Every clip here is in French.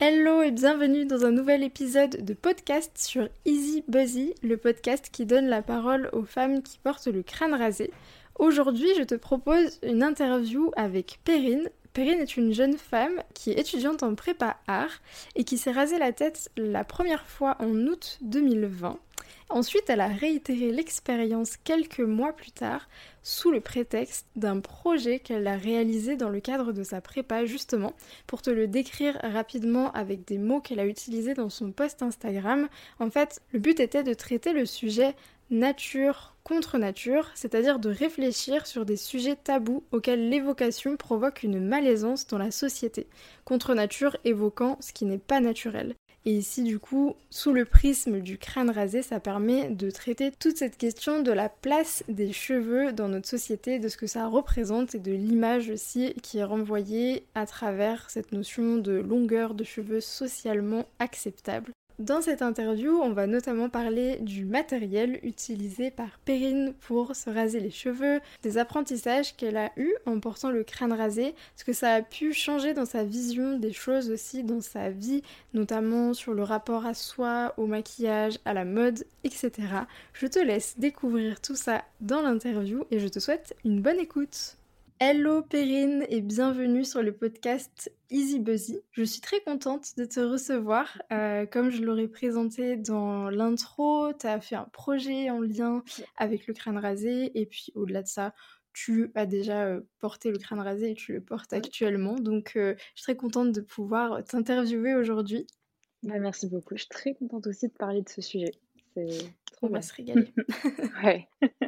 Hello et bienvenue dans un nouvel épisode de podcast sur Easy Buzzy, le podcast qui donne la parole aux femmes qui portent le crâne rasé. Aujourd'hui, je te propose une interview avec Perrine. Perrine est une jeune femme qui est étudiante en prépa art et qui s'est rasé la tête la première fois en août 2020. Ensuite, elle a réitéré l'expérience quelques mois plus tard sous le prétexte d'un projet qu'elle a réalisé dans le cadre de sa prépa justement. Pour te le décrire rapidement avec des mots qu'elle a utilisés dans son post Instagram, en fait, le but était de traiter le sujet nature contre nature, c'est-à-dire de réfléchir sur des sujets tabous auxquels l'évocation provoque une malaisance dans la société. Contre nature évoquant ce qui n'est pas naturel. Et ici, du coup, sous le prisme du crâne rasé, ça permet de traiter toute cette question de la place des cheveux dans notre société, de ce que ça représente et de l'image aussi qui est renvoyée à travers cette notion de longueur de cheveux socialement acceptable. Dans cette interview, on va notamment parler du matériel utilisé par Perrine pour se raser les cheveux, des apprentissages qu'elle a eus en portant le crâne rasé, ce que ça a pu changer dans sa vision des choses aussi dans sa vie, notamment sur le rapport à soi, au maquillage, à la mode, etc. Je te laisse découvrir tout ça dans l'interview et je te souhaite une bonne écoute. Hello Perrine et bienvenue sur le podcast Easy Buzzy. Je suis très contente de te recevoir. Comme je l'aurais présenté dans l'intro, tu as fait un projet en lien avec le crâne rasé et puis au-delà de ça, tu as déjà porté le crâne rasé et tu le portes actuellement. Donc je suis très contente de pouvoir t'interviewer aujourd'hui. Merci beaucoup. Je suis très contente aussi de parler de ce sujet. C'est trop On va bien. se régaler. Ouais.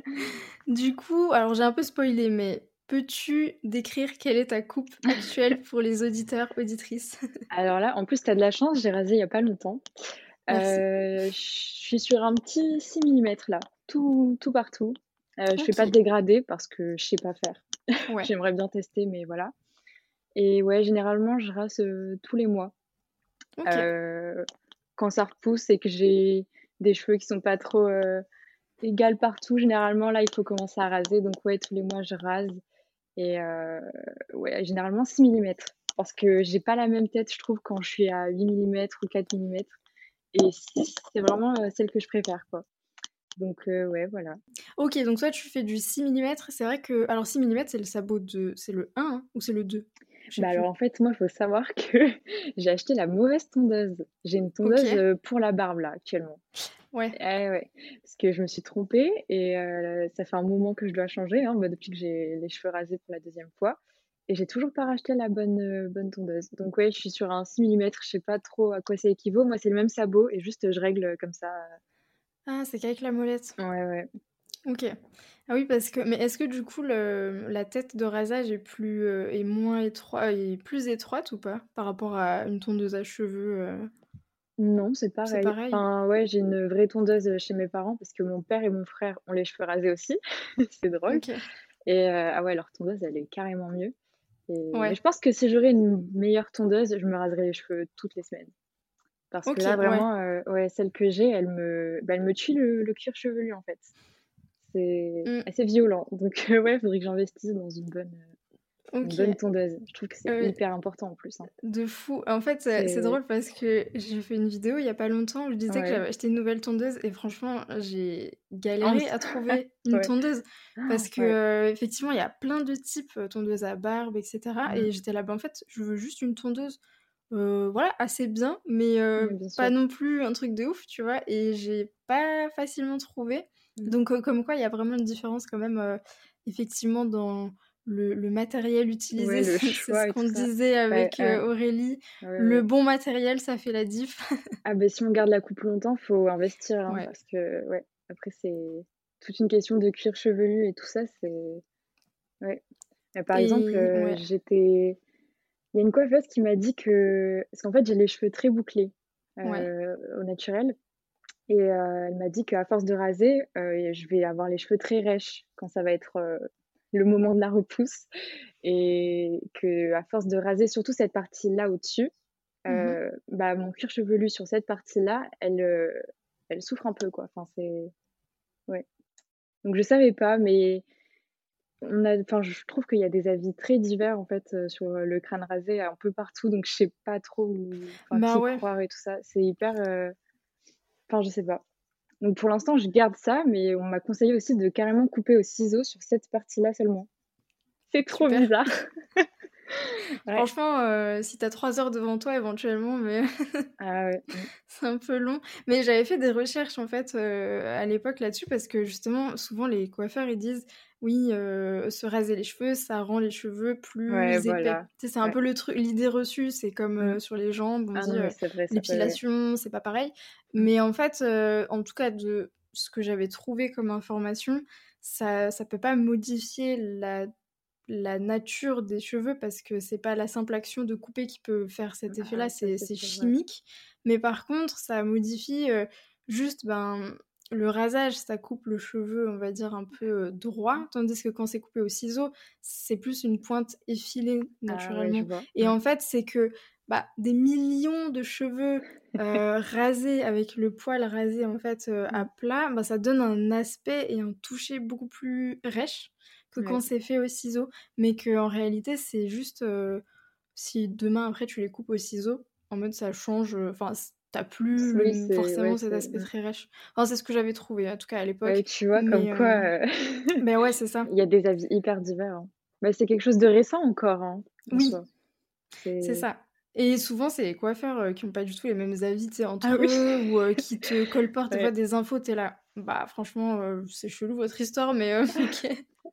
Du coup, alors j'ai un peu spoilé, mais peux-tu décrire quelle est ta coupe actuelle pour les auditeurs, auditrices? Alors là, en plus, tu as de la chance, j'ai rasé il y a pas longtemps. Merci. Je suis sur un petit 6 millimètres là, tout partout. Je fais pas de Ok, dégradé parce que je sais pas faire. ouais, J'aimerais bien tester, mais voilà. Et ouais, généralement, je rase tous les mois. ok. Heu, Quand ça repousse et que j'ai des cheveux qui sont pas trop égales partout, généralement, là, il faut commencer à raser. Donc ouais, tous les mois, je rase. Et ouais, généralement 6 millimètres parce que j'ai pas la même tête, je trouve, quand je suis à 8 millimètres ou 4 millimètres. Et 6, c'est vraiment celle que je préfère, quoi. Donc ouais, voilà. Ok, donc toi tu fais du 6 millimètres. C'est vrai que... Alors 6 millimètres c'est le sabot de... C'est le 1 hein, ou c'est le 2? Je sais Bah alors plus. en fait, moi, il faut savoir que j'ai acheté la mauvaise tondeuse. J'ai une Ok, tondeuse pour la barbe, là, actuellement. ouais. Eh ouais, parce que je me suis trompée et ça fait un moment que je dois changer, hein, bah, depuis que j'ai les cheveux rasés pour la deuxième fois. Et j'ai toujours pas racheté la bonne tondeuse. Donc ouais, je suis sur un 6 millimètres, je sais pas trop à quoi ça équivaut. Moi, c'est le même sabot et juste je règle comme ça. Ah, c'est qu'avec la molette. Ouais, ouais. Ok. Ah oui, parce que... Mais est-ce que du coup la tête de rasage est plus... est moins étroite... est plus étroite ou pas? Par rapport à une tondeuse à cheveux Non, c'est c'est pareil. pareil? Enfin, ouais, j'ai une vraie tondeuse chez mes parents parce que mon père et mon frère ont les cheveux rasés aussi. C'est drôle. Ok. Et ah ouais, leur tondeuse, elle est carrément mieux. Mais Ouais. je pense que si j'aurais une meilleure tondeuse, je me raserais les cheveux toutes les semaines. Parce que Ok, là, ouais. vraiment, ouais, celle que j'ai, elle me tue le cuir chevelu, en fait. C'est Hmm, assez violent. Donc ouais, il faudrait que j'investisse dans une ok. bonne tondeuse. Je trouve que c'est Euh, hyper important en plus, hein. De fou. En fait, c'est C'est drôle parce que j'ai fait une vidéo il y a pas longtemps où je disais que ouais. j'avais acheté une nouvelle tondeuse et franchement, j'ai Oh, galéré à trouver une ouais, tondeuse parce que ouais. effectivement, il y a plein de types tondeuse à barbe, etc. Mmh. Et j'étais là, bah en fait, je veux juste une tondeuse, voilà, assez bien, mais Ouais, bien pas sûr. non plus un truc de ouf, tu vois. Et j'ai pas facilement trouvé. Mmh. Donc, comme quoi, il y a vraiment une différence quand même, effectivement, dans le matériel Ouais, utilisé. le C'est ce choix et qu'on tout ça. disait Ouais, avec ouais. Aurélie. Ouais, Le ouais. bon matériel, ça fait la diff. Ah beh, si on garde la coupe longtemps, faut investir, hein, Ouais. parce que ouais, après c'est toute une question de cuir chevelu et tout ça, c'est ouais. Par exemple, Et ouais, il y a une coiffeuse qui m'a dit que parce qu'en fait, j'ai les cheveux très bouclés, ouais. au naturel et elle m'a dit qu'à force de raser, je vais avoir les cheveux très rêches quand ça va être, le moment de la repousse et qu'à force de raser surtout cette partie-là au-dessus, Mhm. bah, mon cuir chevelu sur cette partie-là, elle souffre un peu, quoi. Enfin, c'est ouais. Donc je savais pas, mais enfin, je trouve qu'il y a des avis très divers, en fait, sur, le crâne rasé un peu partout, donc je sais pas trop enfin, Bah qui ouais. croire et tout ça. C'est hyper, enfin, je sais pas. Donc pour l'instant, je garde ça, mais on m'a conseillé aussi de carrément couper au ciseau sur cette partie-là seulement. C'est trop Super. bizarre. Ouais. Franchement, si tu as 3 heures devant toi éventuellement, mais Ah ouais, c'est un peu long. Mais j'avais fait des recherches en fait, à l'époque là-dessus parce que justement, souvent les coiffeurs ils disent: «Oui, se raser les cheveux, ça rend les cheveux ouais, plus épais». voilà. Tu sais, c'est un Ouais. peu l'idée reçue, c'est comme, Mmh. sur les jambes, on Ah non, dit, mais c'est vrai ça. Ouais, ouais. l'épilation, c'est pas pareil. Mmh. Mais en fait, en tout cas de ce que j'avais trouvé comme information, ça peut pas modifier la nature des cheveux parce que c'est pas la simple action de couper qui peut faire cet Ah effet-là, ouais, ça c'est c'est sûr, ouais. chimique. Mais par contre, ça modifie juste ben, le rasage, ça coupe le cheveu, on va dire, un peu droit, tandis que quand c'est coupé au ciseau, c'est plus une pointe effilée Ah ouais, je naturellement. vois. Et en fait, c'est que bah, des millions de cheveux rasés avec le poil rasé en fait à Mmh. plat, bah, ça donne un aspect et un toucher beaucoup plus rêche que quand Ouais. c'est fait au ciseau. Mais qu'en réalité, c'est juste si demain après tu les coupes au ciseau, en mode ça change, enfin t'as plus Oui, c'est ouais, forcément cet c'est aspect très rêche. Enfin, c'est ce que j'avais trouvé, en tout cas à ouais, l'époque. tu vois comme Mais, quoi, mais ouais, c'est ça. il y a des avis hyper divers, hein. Bah, c'est quelque chose de récent encore, hein, en Oui, soi. c'est C'est ça. Et souvent, c'est les coiffeurs qui ont pas du tout les mêmes avis, tu sais, ah entre oui! eux, ou qui te colportent des fois Ouais, des infos, t'es là. Bah, franchement, c'est chelou votre histoire, mais ok.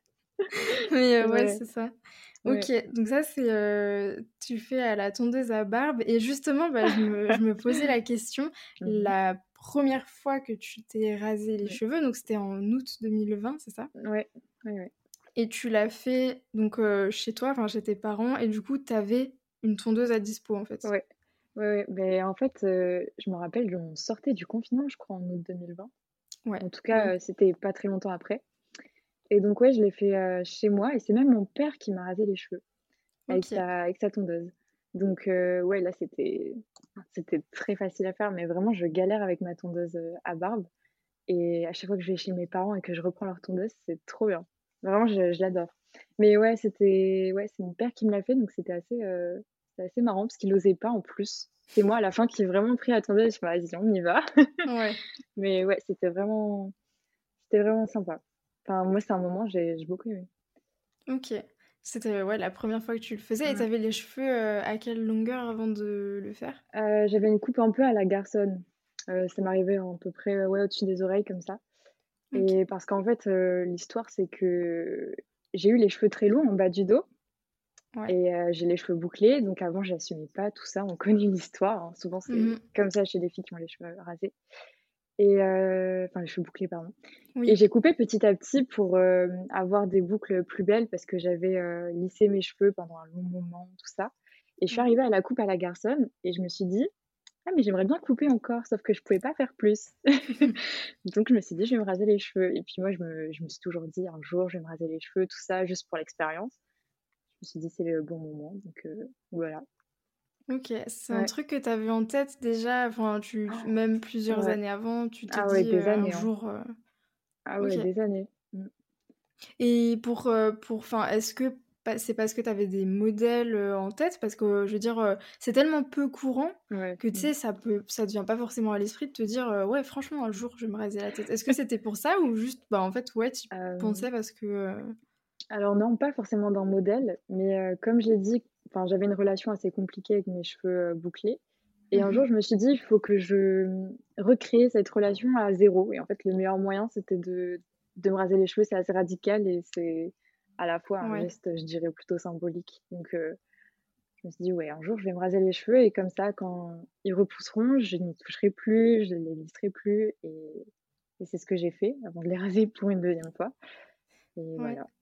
Mais ouais, ouais, c'est ça. ouais. OK, donc ça c'est, tu fais à la tondeuse à barbe et justement, bah, je me posais la question, Mmh. la première fois que tu t'es rasé les Ouais. cheveux, donc c'était en août 2020, c'est ça? Ouais, ouais, ouais. Et tu l'as fait donc, chez toi, enfin chez tes parents et du coup tu avais une tondeuse à dispo, en fait? Ouais, ouais, ouais. Beh, en fait, je me rappelle, on sortait du confinement, je crois, en août 2020. Ouais, En tout oui. cas, c'était pas très longtemps après et donc ouais, je l'ai fait, chez moi et c'est même mon père qui m'a rasé les cheveux OK. avec sa tondeuse. Donc ouais, là, c'était très facile à faire, mais vraiment, je galère avec ma tondeuse, à barbe et à chaque fois que je vais chez mes parents et que je reprends leur tondeuse, c'est trop bien. Vraiment, je l'adore. Mais ouais, c'est mon père qui me l'a fait, donc c'était assez marrant parce qu'il osait pas en plus. C'est moi à la fin qui ai vraiment pris la tondeuse, je fais: «Vas-y, on y va». Ouais, Mais ouais, c'était vraiment sympa. Enfin, moi, c'est un moment, j'ai beaucoup aimé. OK. C'était, ouais, la première fois que tu le faisais et tu Ouais. avais les cheveux, à quelle longueur avant de le faire? J'avais une coupe un peu à la garçonne. Ça m'arrivait à peu près, ouais, au-dessus des oreilles comme ça OK. et parce qu'en fait, l'histoire, c'est que j'ai eu les cheveux très longs en bas du dos Ouais. et j'ai les cheveux bouclés, donc avant, j'assumais pas tout ça. On connaît l'histoire, hein. Souvent, c'est Mmh. comme ça chez les filles qui ont les cheveux rasés et enfin, les cheveux bouclés, pardon et Oui. j'ai coupé petit à petit pour, avoir des boucles plus belles parce que j'avais, lissé mes cheveux pendant un long moment, tout ça et je suis Ouais. arrivée à la coupe à la garçonne et je me suis dit: «Ah mais j'aimerais bien couper encore», sauf que je pouvais pas faire plus. Donc je me suis dit: «Je vais me raser les cheveux» et puis moi je me suis toujours dit: «Un jour, je vais me raser les cheveux», tout ça, juste pour l'expérience. Je me suis dit: «C'est le bon moment», donc voilà. OK, c'est un Ouais. truc que tu avais en tête déjà, enfin même plusieurs Ouais. années avant, tu t'es Ah ouais, dit, des un années, hein. jour, Ah ouais, OK. des années. Mmh. Et enfin, est-ce que c'est parce que tu avais des modèles, en tête? Parce que je veux dire, c'est tellement peu courant Ouais. que tu Mmh. sais, ça te vient pas forcément à l'esprit de te dire, «Ouais, franchement, un jour, je vais me raser la tête». Est-ce que c'était pour ça ou juste, bah, en fait, ouais, tu Hem, pensais parce que, alors non, pas forcément d'un modèle, mais comme j'ai dit, enfin, j'avais une relation assez compliquée avec mes cheveux, bouclés et un jour, Mmh. je me suis dit: «Il faut que je, recrée cette relation à zéro et en fait, le meilleur moyen, c'était de me raser les cheveux. C'est assez radical et c'est à la fois un Ouais. geste, je dirais, plutôt symbolique donc je me suis dit: «Ouais, un jour, je vais me raser les cheveux et comme ça, quand ils repousseront, je n'y toucherai plus, je ne les lisserai plus» et c'est ce que j'ai fait avant de les raser pour une deuxième fois et Ouais. voilà.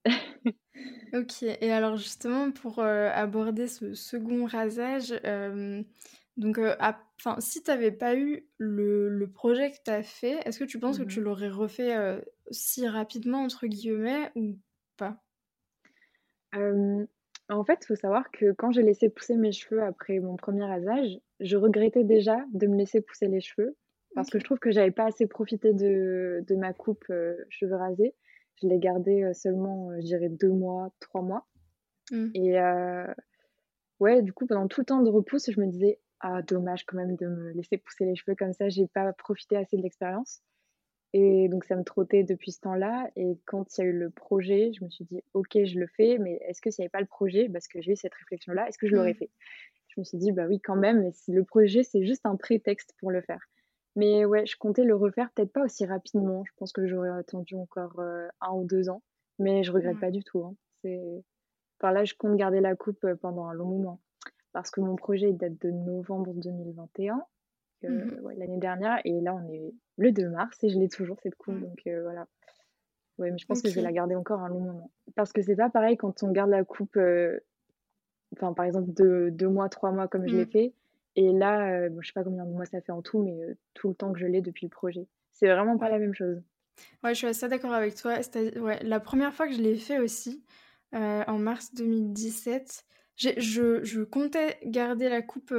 OK et alors justement pour, aborder ce second rasage, donc, enfin si tu avais pas eu le projet que tu as fait, est-ce que tu penses que tu Mmh. l'aurais refait, «si rapidement» entre guillemets ou pas? Hem, En fait, il faut savoir que quand j'ai laissé pousser mes cheveux après mon premier rasage, je regrettais déjà de me laisser pousser les cheveux parce que OK. je trouve que j'avais pas assez profité de ma coupe, cheveux rasés. Je l'ai gardé, seulement, je dirais 2 mois, 3 mois Mmh. et ouais, du coup, pendant tout le temps de repousse, je me disais: «Ah dommage quand même de me laisser pousser les cheveux comme ça, j'ai pas profité assez de l'expérience» et donc ça me trottait depuis ce temps-là et quand il y a eu le projet, je me suis dit: «OK, je le fais, mais est-ce que s'il y avait pas le projet» parce que j'ai eu cette réflexion-là, «est-ce que je l'aurais Mmh. fait?» Je me suis dit: «Bah oui, quand même, mais si le projet, c'est juste un prétexte pour le faire». Mais ouais, je comptais le refaire, peut-être pas aussi rapidement. Je pense que j'aurais attendu encore, 1 ou 2 ans, mais je regrette Ouais. pas du tout, hein. Enfin là, je compte garder la coupe, pendant un long moment parce que mon projet, il date de novembre 2021, Mmh. ouais, l'année dernière et là, on est le 2 mars et je l'ai toujours cette coupe Ouais. donc voilà. Ouais, mais je pense que je vais OK. la garder encore un long moment. Parce que c'est pas pareil quand on garde la coupe, enfin, par exemple, 2 mois, 3 mois comme je l'ai Mmh. fait et là, bon, je sais pas combien de mois ça fait en tout, mais tout le temps que je l'ai depuis le projet. C'est vraiment pas Ouais. la même chose. Ouais, je suis assez d'accord avec toi. Ouais, la première fois que je l'ai fait aussi, en mars 2017, je comptais garder la coupe,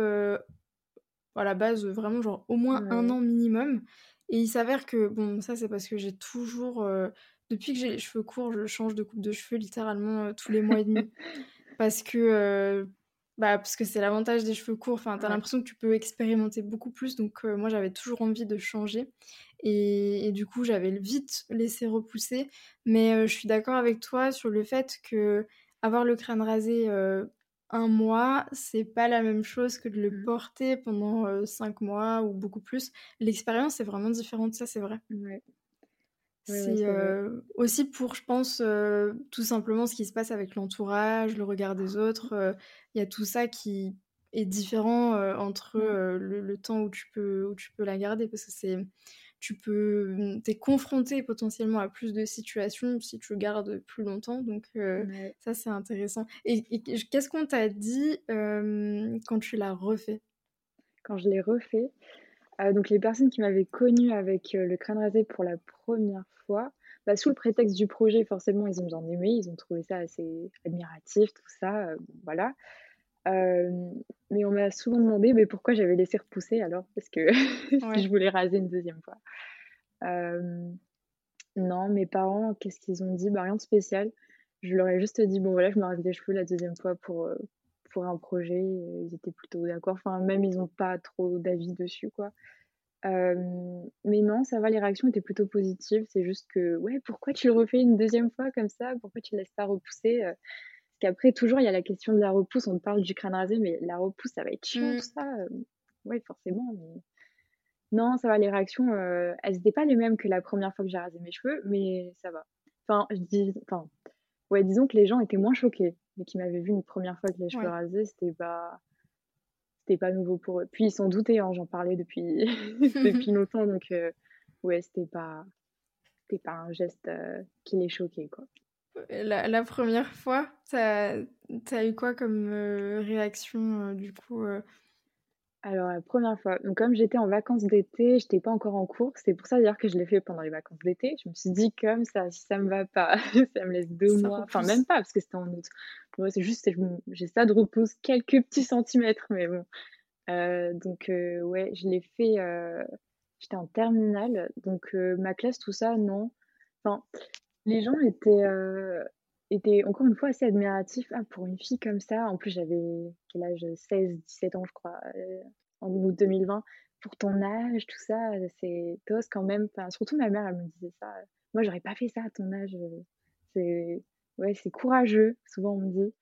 à la base, vraiment genre au moins un Ouais. an minimum et il s'avère que bon, ça c'est parce que j'ai toujours, depuis que j'ai les cheveux courts, je change de coupe de cheveux littéralement, tous les mois et demi. Parce que, parce que c'est l'avantage des cheveux courts, enfin, tu as Ouais. l'impression que tu peux expérimenter beaucoup plus donc moi j'avais toujours envie de changer et du coup j'avais vite laissé repousser. Mais je suis d'accord avec toi sur le fait qu'avoir le crâne rasé, 1 mois, c'est pas la même chose que de le Mmh. porter pendant, 5 mois ou beaucoup plus. L'expérience est vraiment différente, ça c'est vrai. Ouais. Ouais, ouais, C'est, c'est vrai. aussi pour, je pense, tout simplement ce qui se passe avec l'entourage, le regard des autres, il y a tout ça qui est différent, entre, Mmh. le temps où tu peux la garder parce que tu es confronté potentiellement à plus de situations si tu le gardes plus longtemps donc Ouais. ça c'est intéressant et qu'est-ce qu'on t'a dit, quand tu l'as refait? Quand je l'ai refait, donc les personnes qui m'avaient connue avec, le crâne rasé pour la première fois, bah, sous le prétexte du projet, forcément, ils ont bien aimé, ils ont trouvé ça assez admiratif, tout ça, bon voilà. Hem, mais on m'a souvent demandé, mais pourquoi j'avais laissé repousser alors? Parce que si Ouais. je voulais raser une deuxième fois. Hem, non, mes parents, qu'est-ce qu'ils ont dit? Bah, rien de spécial. Je leur ai juste dit: «Bon voilà, je me rase les cheveux la deuxième fois pour un projet», ils étaient plutôt d'accord. Enfin, même ils ont pas trop d'avis dessus, quoi. Mais non, ça va, les réactions étaient plutôt positives. C'est juste que: «Ouais, pourquoi tu le refais une deuxième fois comme ça? Pourquoi tu le laisses pas repousser?» Parce qu'après toujours il y a la question de la repousse. On te parle du crâne rasé, mais la repousse, ça va être chiant tout Mmh. ça, ouais, forcément, mais non, ça va, les réactions, elles étaient pas les mêmes que la première fois que j'ai rasé mes cheveux, mais ça va. Enfin, ouais, disons que les gens étaient moins choqués, mais qui m'avaient vu une première fois avec les cheveux Ouais. rasés, c'était pas nouveau pour eux. Puis ils s'en doutaient, hein, j'en parlais depuis depuis longtemps, donc ouais, c'était pas un geste, qui les choquait, quoi. La 1re fois, tu as eu quoi comme, réaction, du coup, Alors la première fois, donc comme j'étais en vacances d'été, j'étais pas encore en cours, c'est pour ça d'ailleurs que je l'ai fait pendant les vacances d'été. Je me suis dit: «Comme ça, si ça me va pas, ça me laisse 2 ça mois», enfin même repousse? pas parce que c'était en août. Ouais, c'est juste, j'ai ça de repousse, quelques petits centimètres, mais bon. Donc ouais, je l'ai fait, j'étais en terminale, donc ma classe, tout ça, non. Enfin, les gens étaient encore une fois assez admiratifs. «Ah, pour une fille comme ça», en plus j'avais quel âge? 16, 17 ans je crois, en août 2020. «Pour ton âge, tout ça, c'est t'oses quand même». Enfin, surtout ma mère, elle me disait ça, «Moi j'aurais pas fait ça à ton âge, c'est ouais, c'est courageux», souvent on me dit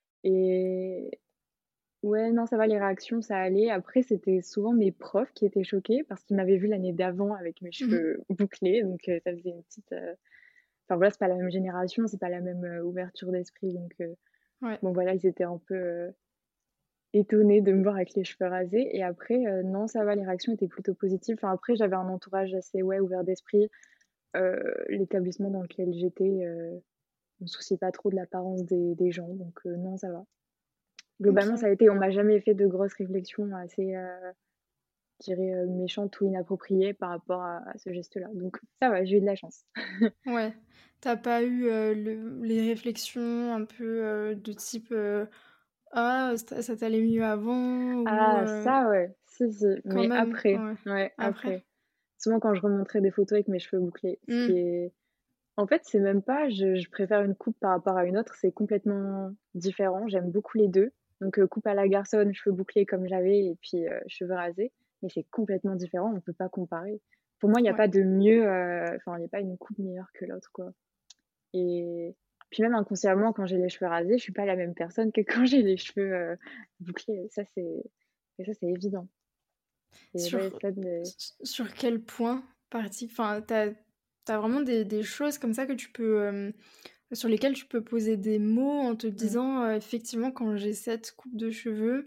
et ouais, non, ça va, les réactions, ça allait. Après, c'était souvent mes profs qui étaient choqués parce qu'ils m'avaient vue l'année d'avant avec mes Mmh mh. cheveux bouclés, donc ça faisait une petite, enfin voilà, c'est pas la même génération, c'est pas la même, ouverture d'esprit, donc Ouais. bon voilà, ils étaient un peu, étonnés de me voir avec les cheveux rasés et après, non, ça va, les réactions étaient plutôt positives. Enfin après, j'avais un entourage assez, ouais, ouvert d'esprit. L'établissement dans lequel j'étais, on se souciait pas trop de l'apparence des gens, donc non, ça va. Globalement, OK. ça a été, on m'a jamais fait de grosses réflexions assez, je dirais, méchantes ou inappropriées par rapport à ce geste-là, donc ça va, j'ai eu de la chance. Ouais. Tu as pas eu, les réflexions un peu, de type, «Ah, ça t'allait mieux avant» ou Ah ça ouais, si, si, quand mais même? après, Ouais. ouais, Après? après. Souvent quand je remontrais des photos avec mes cheveux bouclés, ce qui Mmh. est En fait, c'est même pas je préfère une coupe par rapport à une autre, c'est complètement différent. J'aime beaucoup les 2. Donc, coupe à la garçonne, cheveux bouclés comme j'avais et puis, cheveux rasés. Mais c'est complètement différent, on peut pas comparer. Pour moi, il y a Ouais. pas de mieux, enfin, il y a pas une coupe meilleure que l'autre, quoi. Et puis même inconsciemment, quand j'ai les cheveux rasés, je suis pas la même personne que quand j'ai les cheveux, bouclés. Ça, c'est évident. Et ouais, Sur, ça de sur quel point enfin, t'as vraiment des choses comme ça que tu peux, sur lesquelles tu peux poser des mots en te mmh. disant, effectivement, quand j'ai cette coupe de cheveux,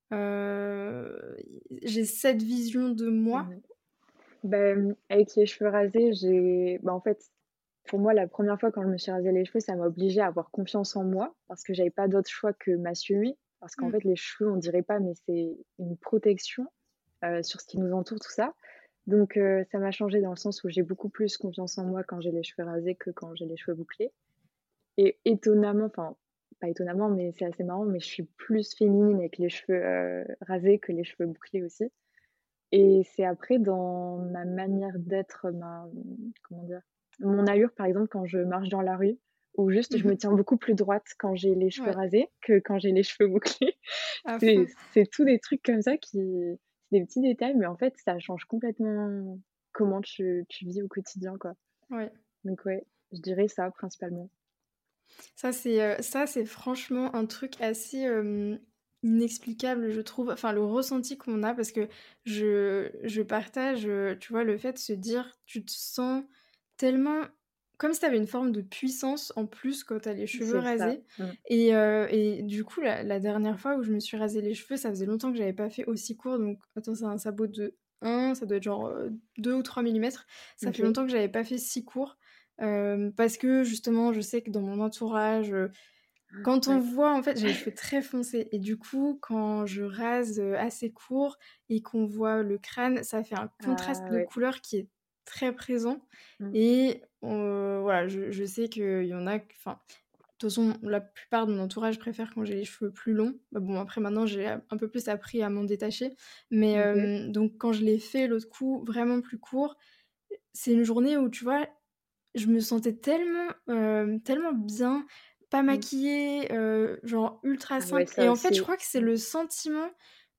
j'ai cette vision de moi. Mmh. Avec les cheveux rasés, en fait, pour moi, la première fois quand je me suis rasé les cheveux, ça m'a obligée à avoir confiance en moi parce que j'avais pas d'autre choix que m'assumer. Parce qu'en Mmh. fait, les cheveux, on dirait pas, mais c'est une protection, sur ce qui nous entoure, tout ça. Donc ça m'a changé dans le sens où j'ai beaucoup plus confiance en moi quand j'ai les cheveux rasés que quand j'ai les cheveux bouclés et étonnamment, enfin, pas étonnamment, mais c'est assez marrant, mais je suis plus féminine avec les cheveux, rasés que les cheveux bouclés aussi et c'est après dans ma manière d'être, comment dire? Mon allure, par exemple, quand je marche dans la rue, où juste je me Mmh. tiens beaucoup plus droite quand j'ai les cheveux Ouais, rasés que quand j'ai les cheveux bouclés. à C'est fond. c'est tous des trucs comme ça qui c'est des petits détails, mais en fait, ça change complètement comment tu vis au quotidien, quoi. Ouais. Donc ouais, je dirais ça principalement. Ça, c'est franchement un truc assez, inexplicable, je trouve. Enfin, le ressenti qu'on a parce que je partage, tu vois, le fait de se dire tu te sens tellement comme si tu avais une forme de puissance en plus quand tu as les cheveux C'est ça. rasés Mmh. et du coup, la dernière fois où je me suis rasé les cheveux, ça faisait longtemps que j'avais pas fait aussi court donc attends, c'est un sabot de ça doit être genre, 2 ou 3 millimètres. Ça fait OK. longtemps que j'avais pas fait si court. Parce que justement, je sais que dans mon entourage, quand on Ouais. voit en fait, j'ai les cheveux très foncés et du coup, quand je rase, assez court et qu'on voit le crâne, ça fait un contraste Ah de ouais. couleur qui est très présent Mmh. et voilà, je sais qu'il y en a q enfin, de toute façon, la plupart de mon entourage préfère quand j'ai les cheveux plus longs. Bah, bon, après maintenant, j'ai un peu plus appris à m'en détacher mais OK. donc quand je l'ai fait l'autre coup vraiment plus court, c'est une journée où, tu vois, je me sentais tellement, tellement bien, pas Mmh. maquillée, genre ultra Ah ouais, simple et ça en fait, je aussi. crois que c'est Mmh. le sentiment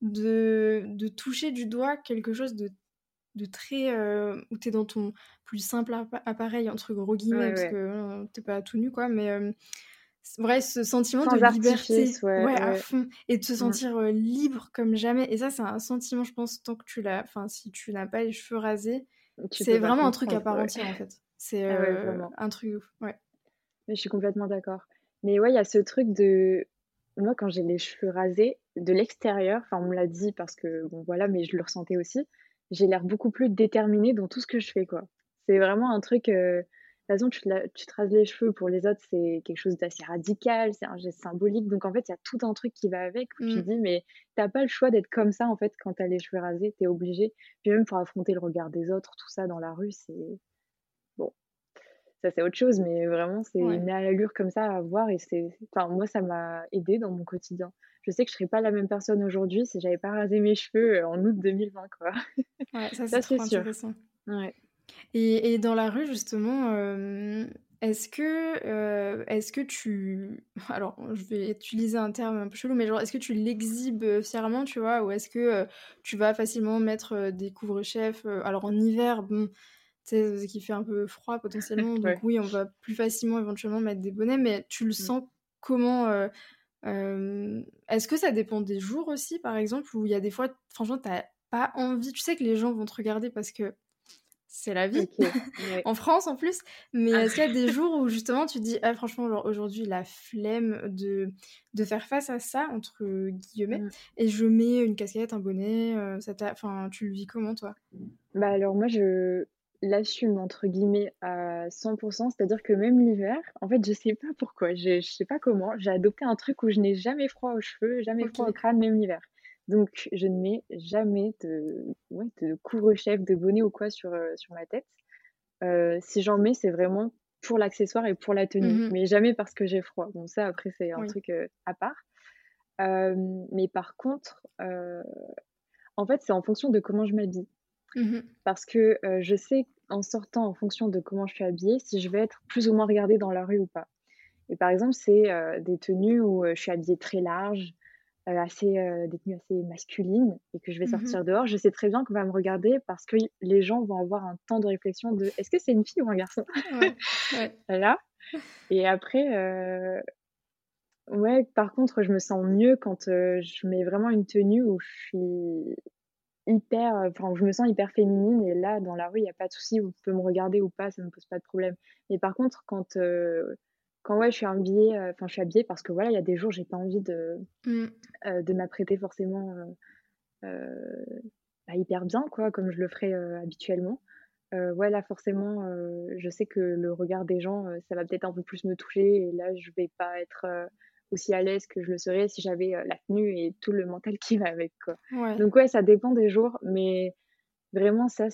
de toucher du doigt quelque chose de très, où tu es dans ton plus simple «appareil» entre gros guillemets Ouais, parce que, ouais. tu es pas tout nu quoi, mais c vrai, ce sentiment de Sans artifice, liberté, ouais, ouais, à ouais. fond et de se Mmh. sentir, libre comme jamais et ça, c'est un sentiment, je pense, tant que tu l'as enfin, si tu n'as pas les cheveux rasés, Tu c'est peux pas vraiment un truc à comprendre, part ouais. entière, en fait. C'est, Ah ouais, vraiment. un truc de ouf, ouais. Mais je suis complètement d'accord. Mais ouais, il y a ce truc de moi, quand j'ai les cheveux rasés, de l'extérieur, enfin, on me l'a dit parce que bon, voilà, mais je le ressentais aussi, j'ai l'air beaucoup plus déterminée dans tout ce que je fais, quoi. C'est vraiment un truc, de toute façon, tu te rases les cheveux, pour les autres, c'est quelque chose d'assez radical, c'est un geste symbolique, donc en fait, il y a tout un truc qui va avec, où tu te Mmh. dis: «Mais tu as pas le choix d'être comme ça, en fait, quand tu as les cheveux rasés, tu es obligé». Puis même pour affronter le regard des autres, tout ça dans la rue, c'est bon. Ça, c'est autre chose, mais vraiment, c'est Ouais. une allure comme ça à avoir et enfin, moi, ça m'a aidée dans mon quotidien. Je sais que je serais pas la même personne aujourd'hui si j'avais pas rasé mes cheveux, en août 2020, quoi. Ouais, ça, c'est Ça, c'est trop sûr. intéressant Ouais. et dans la rue, justement, est-ce que tu alors, je vais utiliser un terme un peu chelou, mais genre, est-ce que tu l'exhibes, fièrement, tu vois? Ou est-ce que, tu vas facilement mettre, des couvre-chefs, alors en hiver, bon, tu sais, qu'il fait un peu froid potentiellement, donc Ouais. oui, on va plus facilement éventuellement mettre des bonnets, mais tu le Mmh. sens comment, est-ce que ça dépend des jours aussi, par exemple, où il y a des fois, franchement, tu as pas envie tu sais que les gens vont te regarder parce que c'est la vie, OK. Ouais. en France en plus, mais Ah est-ce qu'il y a ouais. des jours où justement tu te dis: «Ah franchement, genre aujourd'hui la flemme de faire face à ça» entre guillemets Mmh. et je mets une casquette, un bonnet, ça t'a enfin, tu le vis comment toi? Bah, alors moi, je «l'assume» entre guillemets à 100, c'est-à-dire que même l'hiver, en fait, je sais pas pourquoi, je sais pas comment, j'ai adopté un truc où je n'ai jamais froid aux cheveux, jamais froid au OK. crâne, même l'hiver. Donc je ne mets jamais de couvre-chef, de bonnet ou quoi sur ma tête. Si j'en mets, c'est vraiment pour l'accessoire et pour la tenue, Mmh. mais jamais parce que j'ai froid. Bon ça après c'est un Oui. truc, à part. Mais par contre, en fait, c'est en fonction de comment je m'habille. Mmh. Parce que, je sais en sortant, en fonction de comment je suis habillée, si je vais être plus ou moins regardée dans la rue ou pas. Et par exemple, c'est, des tenues où, je suis habillée très large, des tenues assez masculines et que je vais Mmh. sortir dehors, je sais très bien qu'on va me regarder parce que les gens vont avoir un temps de réflexion de: «Est-ce que c'est une fille ou un garçon?» Ouais, ouais. Voilà. Et après, ouais, par contre, je me sens mieux quand, je mets vraiment une tenue où je suis hyper, enfin, où je me sens hyper féminine et là, dans la rue, il y a pas de souci, on peut me regarder ou pas, ça me pose pas de problème. Mais par contre, quand ouais, je suis habillée parce que voilà, il y a des jours, j'ai pas envie Mmh. de m'apprêter forcément, heu, bah, hyper bien quoi, comme je le ferais, habituellement. Ouais, là, forcément, je sais que le regard des gens, ça va peut-être un peu plus me toucher et là, je vais pas être, aussi à l'aise que je le serais si j'avais, la tenue et tout le mental qui va avec, quoi. Ouais. Donc ouais, ça dépend des jours, mais vraiment ça,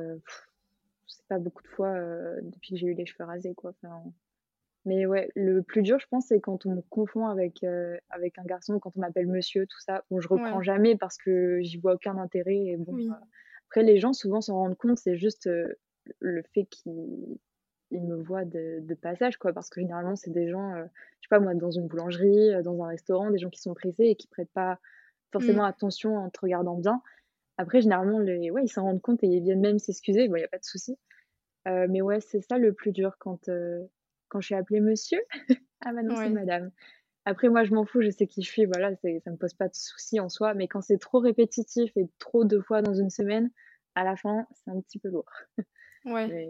c'est pas beaucoup de fois, depuis que j'ai eu les cheveux rasés, quoi, enfin, mais ouais, le plus dur, je pense, c'est quand on me confond avec un garçon, quand on m'appelle monsieur, tout ça. Bon, je reprends Ouais. jamais parce que j'y vois aucun intérêt et bon, Oui. après les gens souvent s'en rendent compte, c'est juste, le fait qu'ils me voient de passage, quoi. Parce que généralement, c'est des gens, je sais pas moi, dans une boulangerie, dans un restaurant, des gens qui sont pressés et qui prêtent pas Mmh. forcément attention en te regardant bien. Après généralement ouais, ils s'en rendent compte et ils viennent même s'excuser, bon, il y a pas de souci. Mais ouais, c'est ça le plus dur quand je suis appelée monsieur. Ah maintenant c'est Ouais. madame. Après moi je m'en fous, je sais qui je suis, voilà, ça me pose pas de soucis en soi, mais quand c'est trop répétitif et trop de fois dans une semaine, à la fin, c'est un petit peu lourd. Ouais. Mais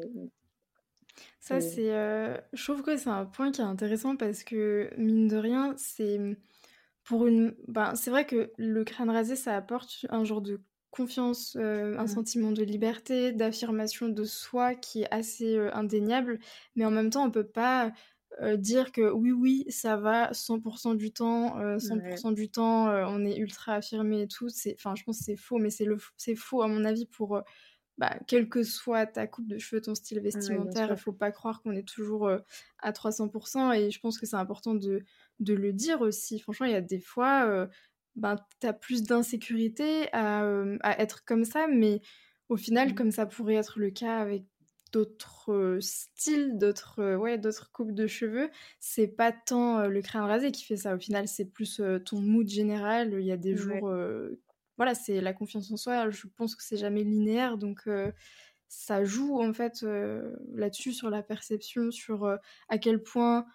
Ça, c'est c'est, je trouve que c'est un point qui est intéressant parce que, mine de rien, c'est, pour une ben, c'est vrai que le crâne rasé, ça apporte un genre de confiance, un mmh, sentiment de liberté, d'affirmation de soi qui est assez, indéniable. Mais en même temps, on peut pas, dire que oui, oui, ça va 100 du temps, 100 ouais, du temps, on est ultra affirmé et tout. C'est enfin, je pense que c'est faux, mais c'est faux à mon avis pour, bah, quelle que soit ta coupe de cheveux, ton style ouais, bien vestimentaire, il sûr. faut pas croire qu'on est toujours, à 300 et je pense que c'est important de le dire aussi. Franchement, il y a des fois, ben, tu as plus d'insécurité à être comme ça, mais au final, Mmh, comme ça pourrait être le cas avec d'autres, styles, d'autres, ouais, d'autres coupes de cheveux, c'est pas tant, le crâne rasé qui fait ça. Au final, c'est plus, ton mood général. Il y a des ouais, jours, voilà, c'est la confiance en soi, je pense que c'est jamais linéaire, donc ça joue en fait, là-dessus, sur la perception, sur, à quel point,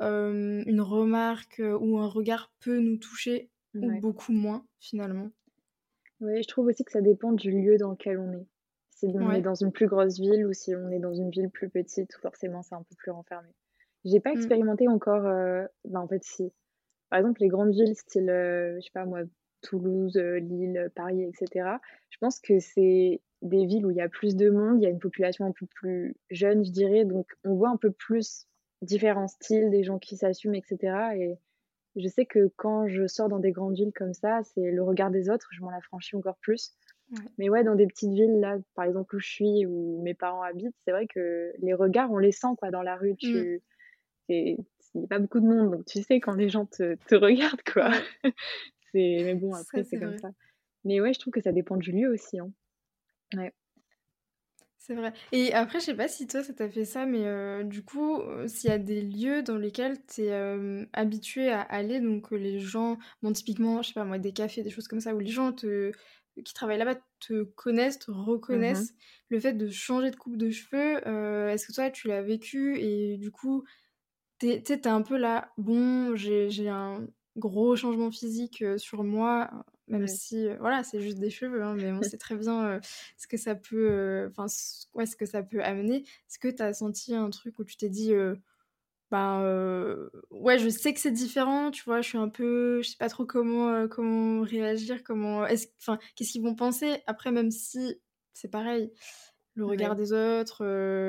une remarque, ou un regard peut nous toucher ou ouais. beaucoup moins, finalement. Ouais, je trouve aussi que ça dépend du lieu dans lequel on est. Si on est Ouais. dans une plus grosse ville ou si on est dans une ville plus petite, forcément c'est un peu plus renfermé. J'ai pas Mmh. expérimenté encore, bah, en fait si. Par exemple, les grandes villes style, je sais pas moi, Toulouse, Lille, Paris et cetera. Je pense que c'est des villes où il y a plus de monde, il y a une population un peu plus jeune, je dirais, donc on voit un peu plus différents styles, des gens qui s'assument et cetera et je sais que quand je sors dans des grandes villes comme ça, c'est le regard des autres, je m'en affranchis encore plus. Ouais. Mais ouais, dans des petites villes là, par exemple où je suis, où mes parents habitent, c'est vrai que les regards, on les sent quoi dans la rue. Mmh. C'est il y a pas beaucoup de monde, donc tu sais quand les gens te regardent quoi. Ouais, Mais bon ça après c'est c'est comme vrai. ça. Mais ouais, je trouve que ça dépend du lieu aussi, hein. Ouais. C'est vrai. Et après, je sais pas si toi ça t'a fait ça, mais du coup, s'il y a des lieux dans lesquels tu es, habitué à aller, donc les gens bon typiquement, je sais pas moi, des cafés, des choses comme ça, où les gens qui travaillent là-bas te connaissent, te Mmh mh. reconnaissent. Le fait de changer de coupe de cheveux, est-ce que toi tu l'as vécu et du coup, tu sais, tu un peu là: «Bon, j'ai un gros changement physique, sur moi», même Ouais. si, voilà, c'est juste des cheveux, hein, mais on sait très bien, ce que ça peut, enfin, ouais, ce que ça peut amener. Est-ce que tu as senti un truc où tu t'es dit, «Ben, ouais, je sais que c'est différent», tu vois? Je sais pas trop comment réagir, enfin, qu'est-ce qu'ils vont penser? Après, même si c'est pareil, le regard Ouais. des autres,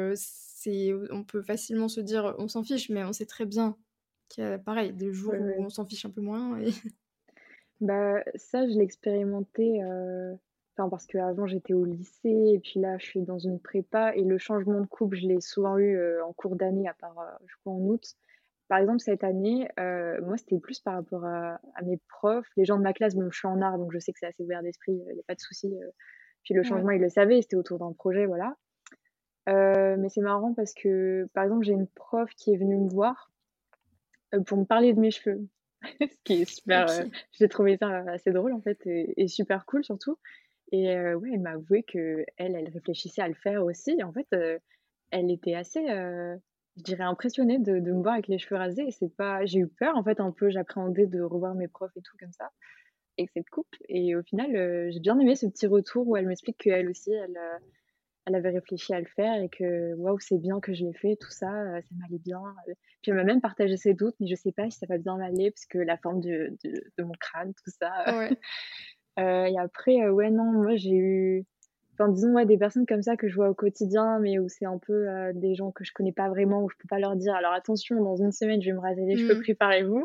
on peut facilement se dire: «On s'en fiche», mais on sait très bien qu'il y a pareil, des jours Ouais, où ouais. on s'en fiche un peu moins et Bah, ça je l'ai expérimenté, enfin parce qu'avant j'étais au lycée et puis là je suis dans une prépa et le changement de coupe je l'ai souvent eu, en cours d'année à part, je crois en août. Par exemple, cette année, moi, c'était plus par rapport à mes profs, les gens de ma classe. Bon, je suis en art, donc je sais que c'est assez ouvert d'esprit, il y a pas de souci, puis le ouais. changement, ils le savaient, c'était autour d'un projet, voilà. Mais c'est marrant parce que, par exemple, j'ai une prof qui est venue me voir, pour me parler de mes cheveux. Ce qui est super, OK. j'ai trouvé ça assez drôle en fait et super cool surtout et ouais, elle m'a avoué qu'elle réfléchissait à le faire aussi et en fait, elle était assez, je dirais impressionnée de me voir avec les cheveux rasés et c'est pas j'ai eu peur en fait un peu, j'appréhendais de revoir mes profs et tout comme ça avec cette coupe et au final, j'ai bien aimé ce petit retour où elle m'explique qu'elle aussi elle avait réfléchi à le faire et que waouh, c'est bien que je l'ai fait, tout ça, ça m'allait bien. Puis elle m'a même partagé ses doutes, mais je sais pas si ça va bien m'aller parce que la forme de mon crâne, tout ça. Ouais. Et après, ouais, non, moi j'ai eu, enfin disons, ouais, des personnes comme ça que je vois au quotidien, mais où c'est un peu des gens que je connais pas vraiment, où je peux pas leur dire alors attention, dans une semaine, je vais me raser les cheveux, Mmh. préparez-vous.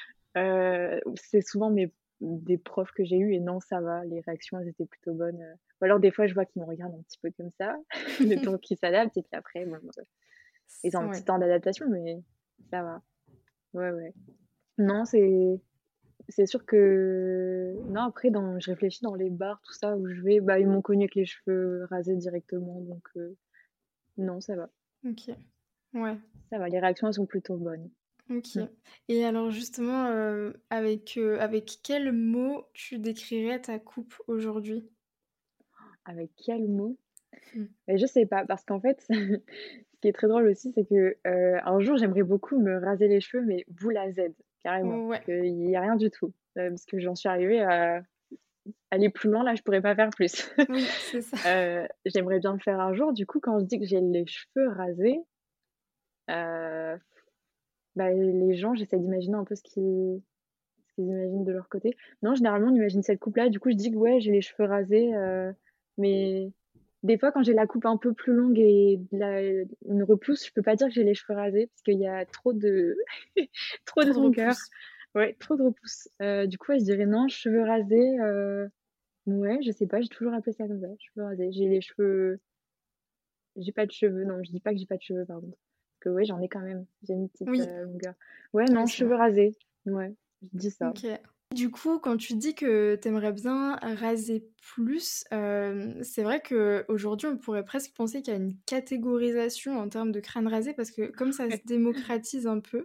C'est souvent des profs que j'ai eus et non, ça va, les réactions, elles étaient plutôt bonnes, ou alors des fois, je vois qu'ils me regardent un petit peu comme ça, le temps qu'ils s'adaptent et puis après, bon, ils ont un petit Ouais. temps d'adaptation, mais ça va. Ouais, ouais. Non, c'est sûr que non, après dans je réfléchis dans les bars, tout ça, où je vais, bah, ils m'ont connue avec les cheveux rasés directement, donc non, ça va. OK. Ouais. Ça va, les réactions, elles sont plutôt bonnes. OK. Mmh. Et alors justement, avec quels mots tu décrirais ta coupe aujourd'hui? Avec quel mot? Mmh. Mais je sais pas, parce qu'en fait, ce qui est très drôle aussi, c'est que, un jour, j'aimerais beaucoup me raser les cheveux, mais boule à Z, carrément, Ouais. qu'il y a rien du tout, parce que j'en suis arrivée à aller plus loin, là, je pourrais pas faire plus. Oui, c'est ça. J'aimerais bien le faire un jour, du coup, quand je dis que j'ai les cheveux rasés, heu, bah, les gens, j'essaie d'imaginer un peu ce qu'ils imaginent de leur côté. Non, généralement, on imagine cette coupe-là, du coup, je dis que, ouais, j'ai les cheveux rasés, mais des fois, quand j'ai la coupe un peu plus longue et de la une repousse, je peux pas dire que j'ai les cheveux rasés parce qu'il y a trop de trop de Trop de longueur. repousse. Ouais, trop de repousse. Du coup, ouais, je dirais non, cheveux rasés, ouais, je sais pas, j'ai toujours appelé ça comme ça, cheveux rasés. J'ai pas de cheveux, non, je dis pas que j'ai pas de cheveux, par contre. Parce que ouais, j'en ai quand même, j'ai une petite, Oui, longueur. Ouais, oui, non, c'est vrai. cheveux rasés, ouais, je dis ça. OK. Du coup, quand tu dis que t'aimerais bien raser plus, c'est vrai qu'aujourd'hui, on pourrait presque penser qu'il y a une catégorisation en termes de crâne rasé parce que comme ça se démocratise un peu,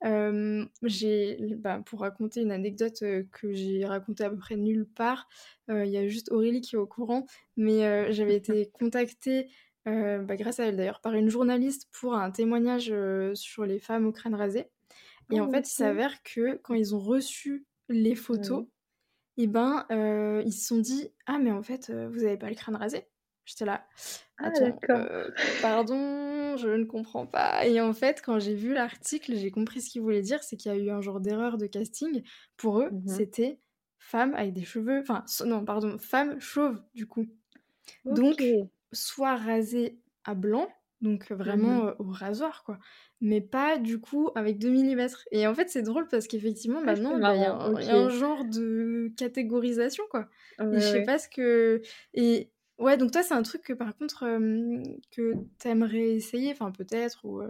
pour raconter une anecdote, que j'ai racontée à peu près nulle part, il y a juste Aurélie qui est au courant, mais j'avais été contactée, grâce à elle d'ailleurs, par une journaliste pour un témoignage, sur les femmes au crâne rasé. Et en Oh, fait, il OK. s'avère que quand ils ont reçu les photos, Ouais. et ben, ils se sont dit: «Ah mais en fait, vous avez pas le crâne rasé?» J'étais là: Ah «Attends, d'accord. pardon, je ne comprends pas» et en fait, quand j'ai vu l'article, j'ai compris ce qu'il voulait dire, c'est qu'il y a eu un genre d'erreur de casting. Pour eux, Mmh. c'était femme avec des cheveux enfin, non, pardon, femme chauve, du coup. Donc, OK. soit rasé à blanc, donc Mmh. vraiment, au rasoir quoi, mais pas du coup avec 2 millimètres et en fait, c'est drôle parce qu'effectivement Ah, c'est maintenant, bah, marrant, il y OK. a un genre de catégorisation quoi Ouais, et je sais ouais. pas ce que et ouais, donc toi, c'est un truc que par contre, que t'aimerais essayer, enfin peut-être ou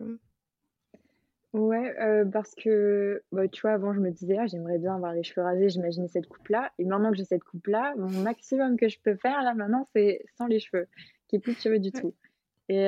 Ouais, parce que, bah, tu vois, avant, je me disais: «Ah, j'aimerais bien avoir les cheveux rasés», j'imaginais cette coupe-là et maintenant que j'ai cette coupe-là, mon maximum que je peux faire, là, maintenant, c'est sans les cheveux, qu'il y ait plus de cheveux du ouais. tout et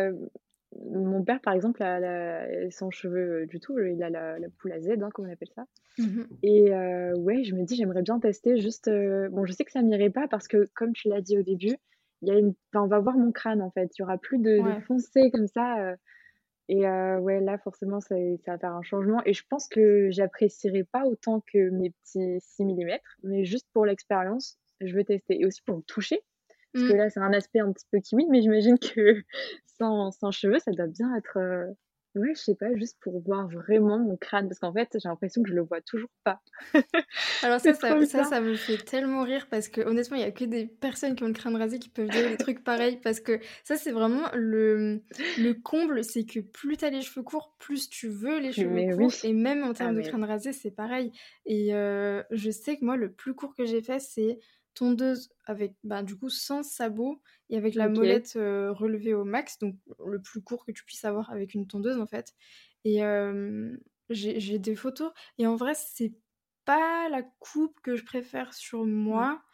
mon père, par exemple, a sans cheveux, du tout, il a la poule à Z, hein, comme on appelle ça Mmh. et ouais, je me dis: «J'aimerais bien tester juste», bon, je sais que ça m'irait pas parce que, comme tu l'as dit au début, il y a une enfin, on va voir mon crâne, en fait. Il y aura plus de Ouais. foncé comme ça, et ouais, là, forcément, ça va faire un changement et je pense que j'apprécierai pas autant que mes petits 6 millimètres, mais juste pour l'expérience, je veux tester et aussi pour me toucher, parce que Mmh. là, c'est un aspect un petit peu kiwi, mais j'imagine que sans cheveux, ça doit bien être, ouais, je sais pas, juste pour voir vraiment mon crâne, parce qu'en fait, j'ai l'impression que je le vois toujours pas. Alors C'est trop bizarre. ça me fait tellement rire parce que honnêtement, il y a que des personnes qui ont le crâne rasé qui peuvent dire des trucs pareils parce que ça, c'est vraiment le comble, c'est que plus tu as les cheveux courts, plus tu veux les cheveux Mais oui. courts et même en Ah termes de mais crâne rasé, c'est pareil et je sais que moi, le plus court que j'ai fait, c'est tondeuse avec, ben, du coup, sans sabot et avec la OK. molette, relevée au max, donc le plus court que tu puisses avoir avec une tondeuse, en fait et j'ai des photos et en vrai, c'est pas la coupe que je préfère sur Ouais. moi,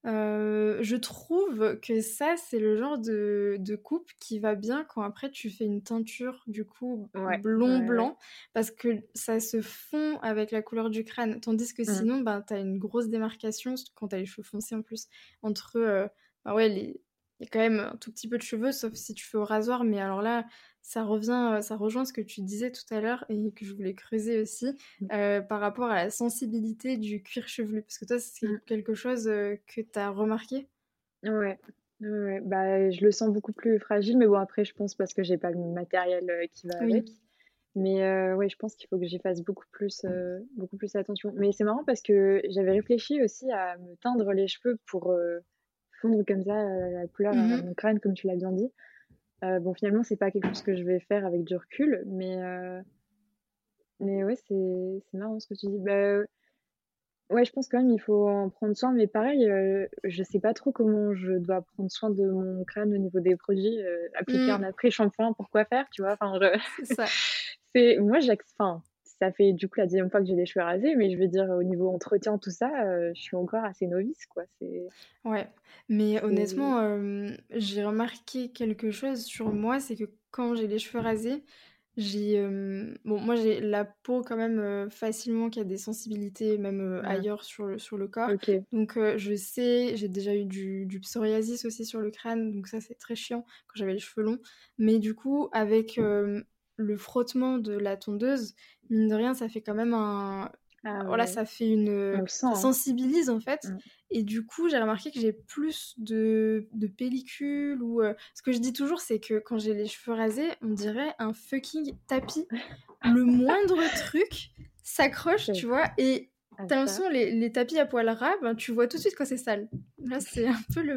Je trouve que ça, c'est le genre de coupe qui va bien quand après tu fais une teinture du coup Ouais, ouais, ouais. blond-blanc parce que ça se fond avec la couleur du crâne. Tandis que Mmh. sinon, ben, t'as une grosse démarcation quand t'as les cheveux foncés en plus entre... ben ouais, il y a quand même un tout petit peu de cheveux, sauf si tu fais au rasoir, mais alors là, ça rejoint ce que tu disais tout à l'heure et que je voulais creuser aussi par rapport à la sensibilité du cuir chevelu. Parce que toi, c'est Mmh. quelque chose que tu as remarqué? Ouais. Ouais, ouais. Bah, je le sens beaucoup plus fragile, mais bon, après, je pense parce que j'ai pas le matériel, qui va Oui. avec. Mais ouais, je pense qu'il faut que j'y fasse beaucoup plus attention. Mais c'est marrant parce que j'avais réfléchi aussi à me teindre les cheveux pour, fondre comme ça, la couleur à Mhm. mon crâne, comme tu l'as bien dit. Bon, finalement, c'est pas quelque chose que je vais faire avec du recul, mais ouais, c'est marrant ce que tu dis. Bah, ouais, je pense quand même il faut en prendre soin, mais pareil, je sais pas trop comment je dois prendre soin de mon crâne au niveau des produits, appliquer un Mm, après-shampoing pour quoi faire, tu vois? Enfin, je c'est ça. c'est moi enfin, ça fait du coup la deuxième fois que j'ai les cheveux rasés, mais je veux dire au niveau entretien, tout ça, je suis encore assez novice, quoi. Ouais. Mais C'est honnêtement, j'ai remarqué quelque chose sur moi, c'est que quand j'ai les cheveux rasés, bon, moi j'ai la peau quand même facilement qui a des sensibilités même mmh, ailleurs sur le corps. OK. Donc je sais, j'ai déjà eu du psoriasis aussi sur le crâne, donc ça c'est très chiant quand j'avais les cheveux longs. Mais du coup, avec le frottement de la tondeuse, mine de rien, ça fait quand même Ah voilà, ouais, ça fait une... on le sent, Ça hein. sensibilise en fait. Mmh. Et du coup, j'ai remarqué que j'ai plus de pellicules ou... Ce que je dis toujours, c'est que quand j'ai les cheveux rasés, on dirait un fucking tapis. Le moindre truc s'accroche, C'est tu vois, et ah t'as ça, l'impression les tapis à poil ras, ben, tu vois tout de suite quand c'est sale. Là, c'est un peu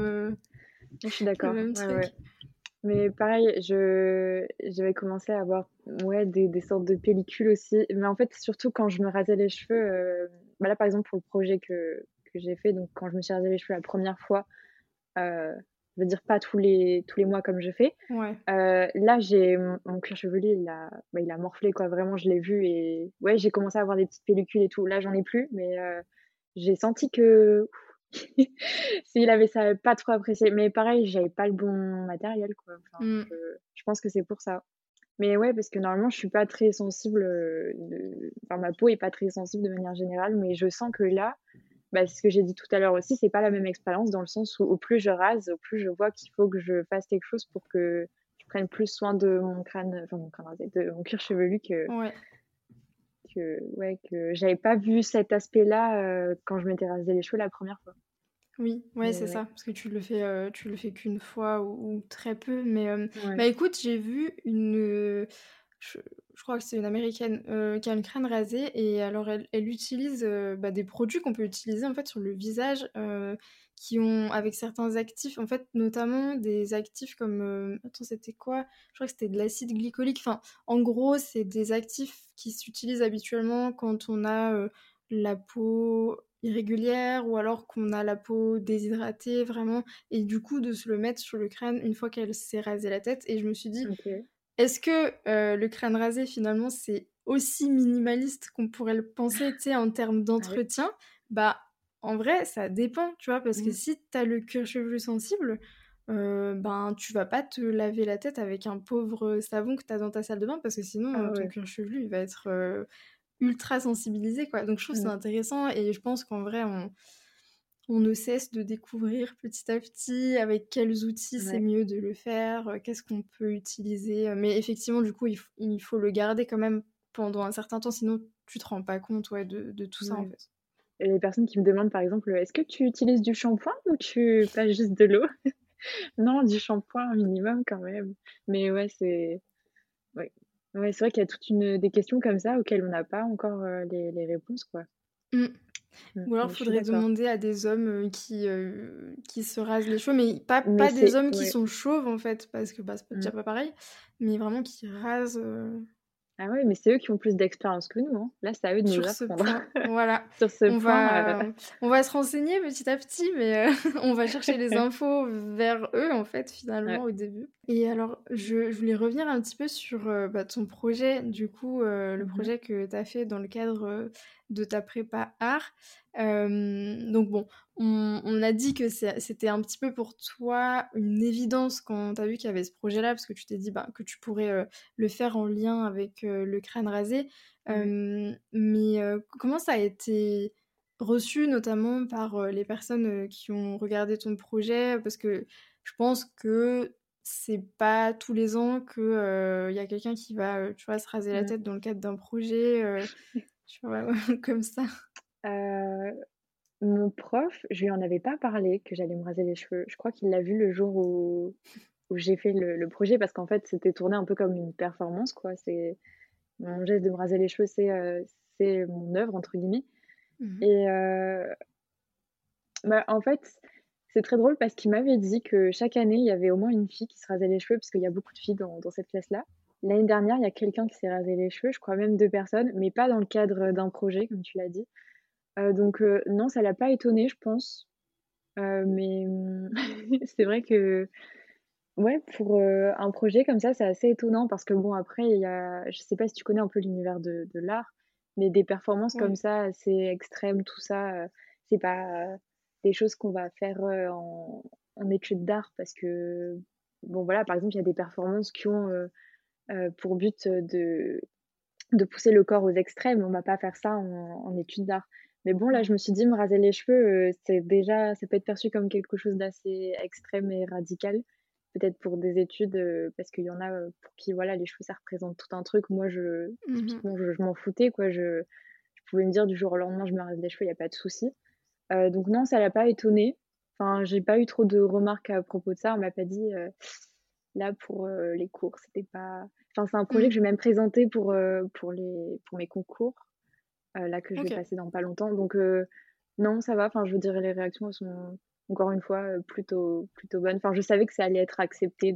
je suis le d'accord, même ouais, ouais. truc. Mais pareil, j'avais commencé à avoir, ouais, des sortes de pellicules aussi. Mais en fait, surtout quand je me rasais les cheveux, bah, là, par exemple, pour le projet que j'ai fait, donc quand je me suis rasé les cheveux la première fois, je veux dire pas tous les mois comme je fais, Ouais. là, j'ai mon cuir chevelu, il a morflé, quoi. Vraiment, je l'ai vu et ouais, j'ai commencé à avoir des petites pellicules et tout. Là, j'en ai plus, mais j'ai senti que s'il avait ça pas trop apprécié. Mais pareil, j'avais pas le bon matériel, quoi. Enfin, Mm. je pense que c'est pour ça. Mais ouais, parce que normalement, je suis pas très sensible, enfin, ma peau est pas très sensible de manière générale, mais je sens que là, bah, c'est ce que j'ai dit tout à l'heure aussi, c'est pas la même expérience dans le sens où au plus je rase, au plus je vois qu'il faut que je fasse quelque chose pour que je prenne plus soin de mon crâne, enfin mon crâne rasé, de mon cuir chevelu Ouais. que j'avais pas vu cet aspect-là, quand je m'étais rasé les cheveux la première fois. Oui, ouais, Mais c'est ça, ouais. parce que tu le fais qu'une fois ou très peu. Mais Ouais. bah écoute, j'ai vu je, je crois que c'est une américaine qui a une crâne rasée et alors elle utilise bah, des produits qu'on peut utiliser en fait sur le visage qui ont avec certains actifs, en fait notamment des actifs comme attends c'était quoi? Je crois que c'était de l'acide glycolique. Enfin, en gros, c'est des actifs qui s'utilisent habituellement quand on a la peau irrégulière ou alors qu'on a la peau déshydratée vraiment et du coup de se le mettre sur le crâne une fois qu'elle s'est rasé la tête et je me suis dit OK. est-ce que le crâne rasé finalement c'est aussi minimaliste qu'on pourrait le penser tu sais en termes Ah oui. d'entretien bah en vrai ça dépend tu vois parce que Mmh. si t'as le cuir chevelu sensible ben tu vas pas te laver la tête avec un pauvre savon que t'as dans ta salle de bain parce que sinon Ah ton ouais. cuir chevelu il va être ultra sensibilisé quoi donc je trouve que c'est Mmh. intéressant et je pense qu'en vrai on ne cesse de découvrir petit à petit avec quels outils c'est Ouais. mieux de le faire, qu'est-ce qu'on peut utiliser. Mais effectivement, du coup, il faut le garder quand même pendant un certain temps, sinon tu te rends pas compte ouais, de tout ça en Ouais. fait. Et les personnes qui me demandent par exemple, «Est-ce que tu utilises du shampoing ou tu passes juste de l'eau?» Non, du shampoing un minimum quand même. Mais ouais, ouais. Ouais, c'est vrai qu'il y a toute une des questions comme ça auxquelles on n'a pas encore, les réponses, quoi. Mm. Ou alors, Mais je suis faudrait d'accord. demander à des hommes qui se rasent les cheveux, mais Mais pas des hommes qui ouais. sont chauves en fait, parce que bah, c'est déjà Mmh. pas pareil, mais vraiment qui rasent Ah ouais, mais c'est eux qui ont plus d'expérience que nous, hein. Là, c'est à eux de nous sur ce apprendre. point. Voilà. Sur ce On point, va, on va se renseigner petit à petit, mais on va chercher les infos vers eux, en fait, finalement, ouais. au début. Et alors, je voulais revenir un petit peu sur bah, ton projet, du coup, le Mmh. projet que tu as fait dans le cadre de ta prépa art. Donc bon, on a dit que c'était un petit peu pour toi une évidence quand tu as vu qu'il y avait ce projet-là, parce que tu t'es dit que tu pourrais le faire en lien avec le crâne rasé. Ouais. Mais comment ça a été reçu, notamment par les personnes qui ont regardé ton projet? Parce que je pense que c'est pas tous les ans que y a quelqu'un qui va, tu vois, se raser la Mm. tête dans le cadre d'un projet, tu vois, comme ça. Euh, Mon prof, je lui en avais pas parlé que j'allais me raser les cheveux. Je crois qu'il l'a vu le jour où j'ai fait le projet parce qu'en fait, c'était tourné un peu comme une performance, quoi. C'est mon geste de me raser les cheveux, c'est mon œuvre, entre guillemets. Mhm. Et en fait, c'est très drôle parce qu'il m'avait dit que chaque année, il y avait au moins une fille qui se rasait les cheveux parce qu'il y a beaucoup de filles dans cette classe-là. L'année dernière, il y a quelqu'un qui s'est rasé les cheveux, je crois même 2 personnes, mais pas dans le cadre d'un projet, comme tu l'as dit. Donc non, ça l'a pas étonnée, je pense. Mais c'est vrai que ouais, pour un projet comme ça, c'est assez étonnant parce que bon, après, je sais pas si tu connais un peu l'univers de l'art, mais des performances comme Ouais. ça, assez extrêmes, tout ça, c'est pas des choses qu'on va faire en études d'art parce que, bon, voilà, par exemple, il y a des performances qui ont pour but de pousser le corps aux extrêmes. On va pas faire ça en études d'art. Mais bon, là, je me suis dit, me raser les cheveux, c'est déjà, ça peut être perçu comme quelque chose d'assez extrême et radical. Peut-être pour des études, parce qu'il y en a pour qui, voilà, les cheveux, ça représente tout un truc. Moi, Mhm. typiquement, je m'en foutais, quoi. Je pouvais me dire du jour au lendemain, je me rase les cheveux, il n'y a pas de souci. Donc non, ça l'a pas étonnée. Enfin, j'ai pas eu trop de remarques à propos de ça. On m'a pas dit, là, pour les cours, c'était pas. Enfin, c'est un projet que Mm. je vais même présenter pour mes concours, là, que je vais Ok. passer dans pas longtemps. Donc, non, ça va. Enfin, je veux dire, les réactions elles sont, encore une fois, plutôt bonnes. Enfin, je savais que ça allait être accepté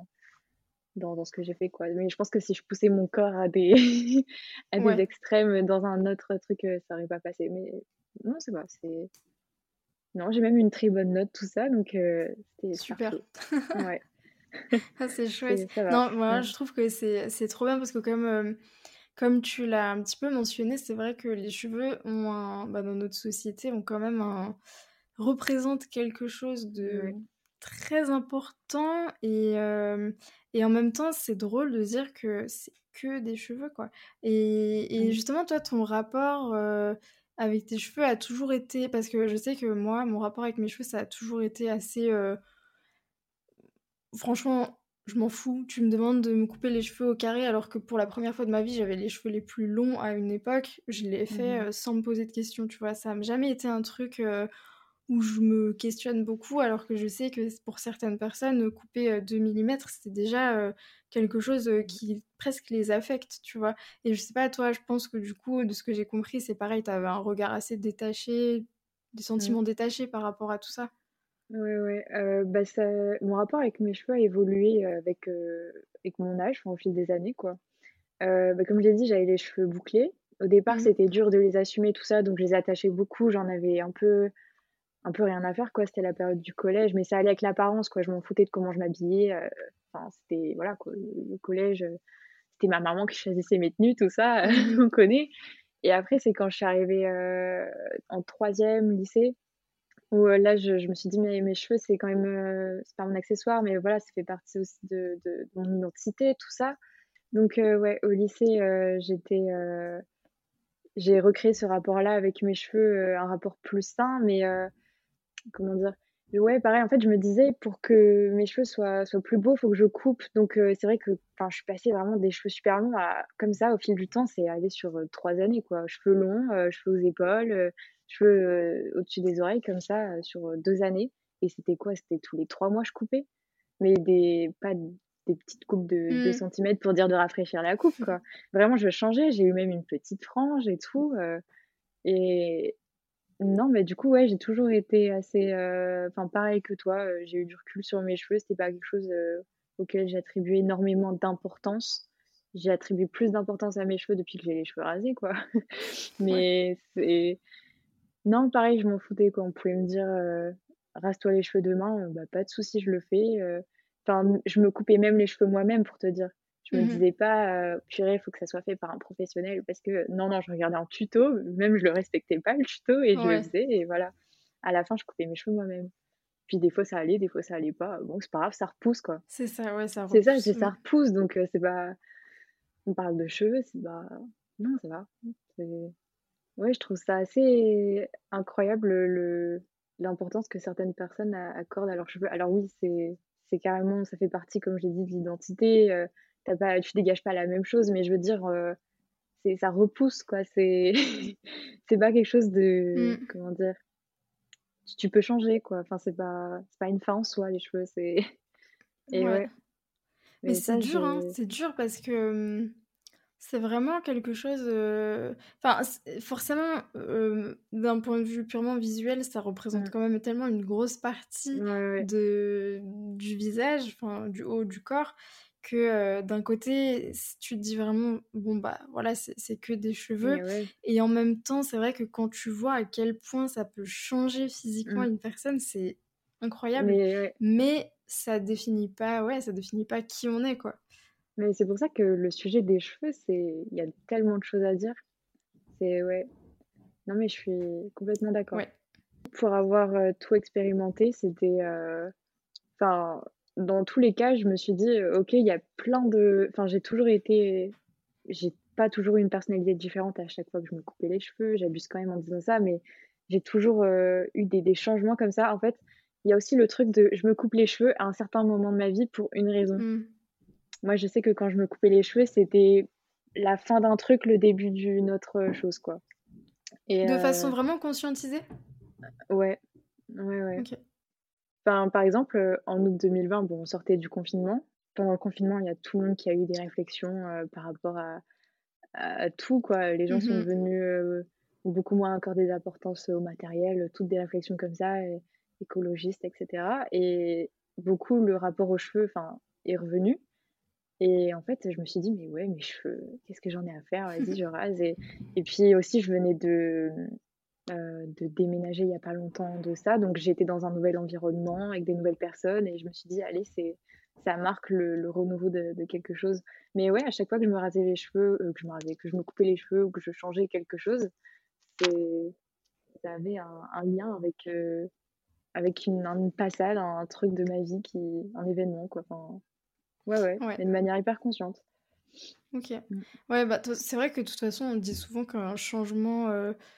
dans ce que j'ai fait, quoi. Mais je pense que si je poussais mon corps à des, à des Ouais. extrêmes dans un autre truc, ça aurait pas passé. Mais non, ça va. Non, j'ai même une très bonne note, tout ça. Donc, c'était Super. parfait. Ouais, Ah, c'est chouette. ça va. Non, moi, Mm. je trouve que c'est trop bien parce que comme tu l'as un petit peu mentionné, c'est vrai que les cheveux dans notre société, ont quand même représentent quelque chose de Ouais. très important et en même temps, c'est drôle de dire que c'est que des cheveux, quoi. Et Mm. justement, toi, ton rapport avec tes cheveux a toujours été... Parce que je sais que moi, mon rapport avec mes cheveux, ça a toujours été assez... Franchement, je m'en fous. Tu me demandes de me couper les cheveux au carré alors que pour la première fois de ma vie, j'avais les cheveux les plus longs à une époque. Je l'ai fait Mhm. sans me poser de questions, tu vois. Ça n'a jamais été un truc où je me questionne beaucoup alors que je sais que pour certaines personnes, couper 2 millimètres, c'est déjà quelque chose qui presque les affecte, tu vois. Et je sais pas, toi, je pense que du coup, de ce que j'ai compris, c'est pareil, t'avais un regard assez détaché, des Mm. sentiments détachés par rapport à tout ça. Ouais, ouais. Bah, mon rapport avec mes cheveux a évolué avec mon âge, enfin, au fil des années, quoi. Bah, comme j'ai dit, j'avais les cheveux bouclés. Au départ, Mhm. c'était dur de les assumer, tout ça, donc je les attachais beaucoup. J'en avais un peu rien à faire, quoi. C'était la période du collège, mais ça allait avec l'apparence, quoi. Je m'en foutais de comment je m'habillais. Enfin, c'était, voilà, quoi. Le collège, c'était ma maman qui choisissait mes tenues, tout ça, Mhm. on connaît. Et après, c'est quand je suis arrivée en troisième lycée, où là, je me suis dit, mais mes cheveux, c'est quand même, c'est pas mon accessoire, mais voilà, ça fait partie aussi de mon identité, tout ça. Donc, ouais, au lycée, j'ai recréé ce rapport-là avec mes cheveux, un rapport plus sain, mais comment dire? Ouais, pareil, en fait, je me disais, pour que mes cheveux soient plus beaux, il faut que je coupe. Donc, c'est vrai que, enfin, je suis passée vraiment des cheveux super longs à, comme ça, au fil du temps, c'est arrivé sur 3 années, quoi. Cheveux longs, cheveux aux épaules, cheveux au-dessus des oreilles, comme ça, sur 2 années. Et c'était quoi? C'était tous les 3 mois, je coupais. Mais pas des petites coupes de 2 Mhm. centimètres pour dire de rafraîchir la coupe, quoi. Vraiment, je changeais. J'ai eu même une petite frange et tout. Et non, mais du coup, ouais, j'ai toujours été assez, enfin, pareil que toi, j'ai eu du recul sur mes cheveux. C'était pas quelque chose auquel j'attribuais énormément d'importance. J'ai attribué plus d'importance à mes cheveux depuis que j'ai les cheveux rasés, quoi. Ouais. Mais non, pareil, je m'en foutais, quoi. On pouvait me dire, rase-toi les cheveux demain, bah, pas de souci, je le fais. Enfin, je me coupais même les cheveux moi-même, pour te dire. Je me Mmh. disais pas, «Purée, il faut que ça soit fait par un professionnel» parce que non, je regardais un tuto, même je le respectais pas le tuto et je le Ouais, faisais et voilà. À la fin, je coupais mes cheveux moi-même. Puis des fois ça allait, des fois ça allait pas. Bon, c'est pas grave, ça repousse quoi. c'est ça, ouais, ça C'est ça, c'est repousse, ça repousse donc c'est pas on parle de cheveux, c'est pas non, ça va. C'est ouais, je trouve ça assez incroyable l'importance que certaines personnes accordent à leurs cheveux. Alors oui, c'est carrément ça fait partie, comme je l'ai dit, de l'identité, tu dégages pas la même chose, mais je veux dire, c'est ça repousse quoi, c'est c'est pas quelque chose de mmh, comment dire? Tu peux changer quoi, enfin c'est pas une fin en soi les cheveux, c'est et ouais. ouais, Mais mais c'est ça dur, hein, je c'est dur parce que, c'est vraiment quelque chose, enfin, forcément, d'un point de vue purement visuel, ça représente mmh, quand même tellement une grosse ouais, partie ouais, du visage, enfin, du haut du corps que, d'un côté, tu te dis vraiment: «Bon, bah, voilà, c'est que des cheveux» mais ouais, et en même temps, c'est vrai que quand tu vois à quel point ça peut changer physiquement mmh, une personne, c'est incroyable, mais ouais. mais ça définit pas ouais, ça définit pas qui on est, quoi. Mais c'est pour ça que le sujet des cheveux, c'est il y a tellement de choses à dire. C'est ouais. Non, mais je suis complètement d'accord. Ouais. Pour avoir, tout expérimenté, c'était, enfin, dans tous les cas, je me suis dit: «OK, il y a plein de» enfin, j'ai pas toujours eu une personnalité différente à chaque fois que je me coupais les cheveux, j'abuse quand même en disant ça, mais j'ai toujours, eu des changements comme ça. En fait, il y a aussi le truc de je me coupe les cheveux à un certain moment de ma vie pour une raison. Mmh. Moi, je sais que quand je me coupais les cheveux, c'était la fin d'un truc, le début d'une autre, chose, quoi et De façon vraiment conscientisée? ouais, ouais, ouais. OK. Enfin, par exemple, en août 2020, bon, on sortait du confinement. Pendant le confinement, il y a tout le monde qui a eu des réflexions, par rapport à tout, quoi. Les gens sont Mmh. devenus, beaucoup moins accorder d'importance au matériel, toutes des réflexions comme ça, écologistes et cetera et beaucoup le rapport aux cheveux, enfin, est revenu. Et en fait, je me suis dit: «Mais ouais, mes cheveux, qu'est-ce que j'en ai à faire? Vas-y, je rase» et puis aussi, je venais de déménager il y a pas longtemps de ça, donc j'étais dans un nouvel environnement avec des nouvelles personnes et je me suis dit: «Allez, ça marque le renouveau de quelque chose». Mais ouais, à chaque fois que je me rasais les cheveux, que je me coupais les cheveux ou que je changeais quelque chose, c'est ça avait un lien avec une passade, un truc de ma vie un événement, quoi. Enfin, ouais, ouais, Ouais, mais de manière hyper consciente. OK. Mmh. Ouais, bah, c'est vrai que de toute façon, on dit souvent qu'un changement,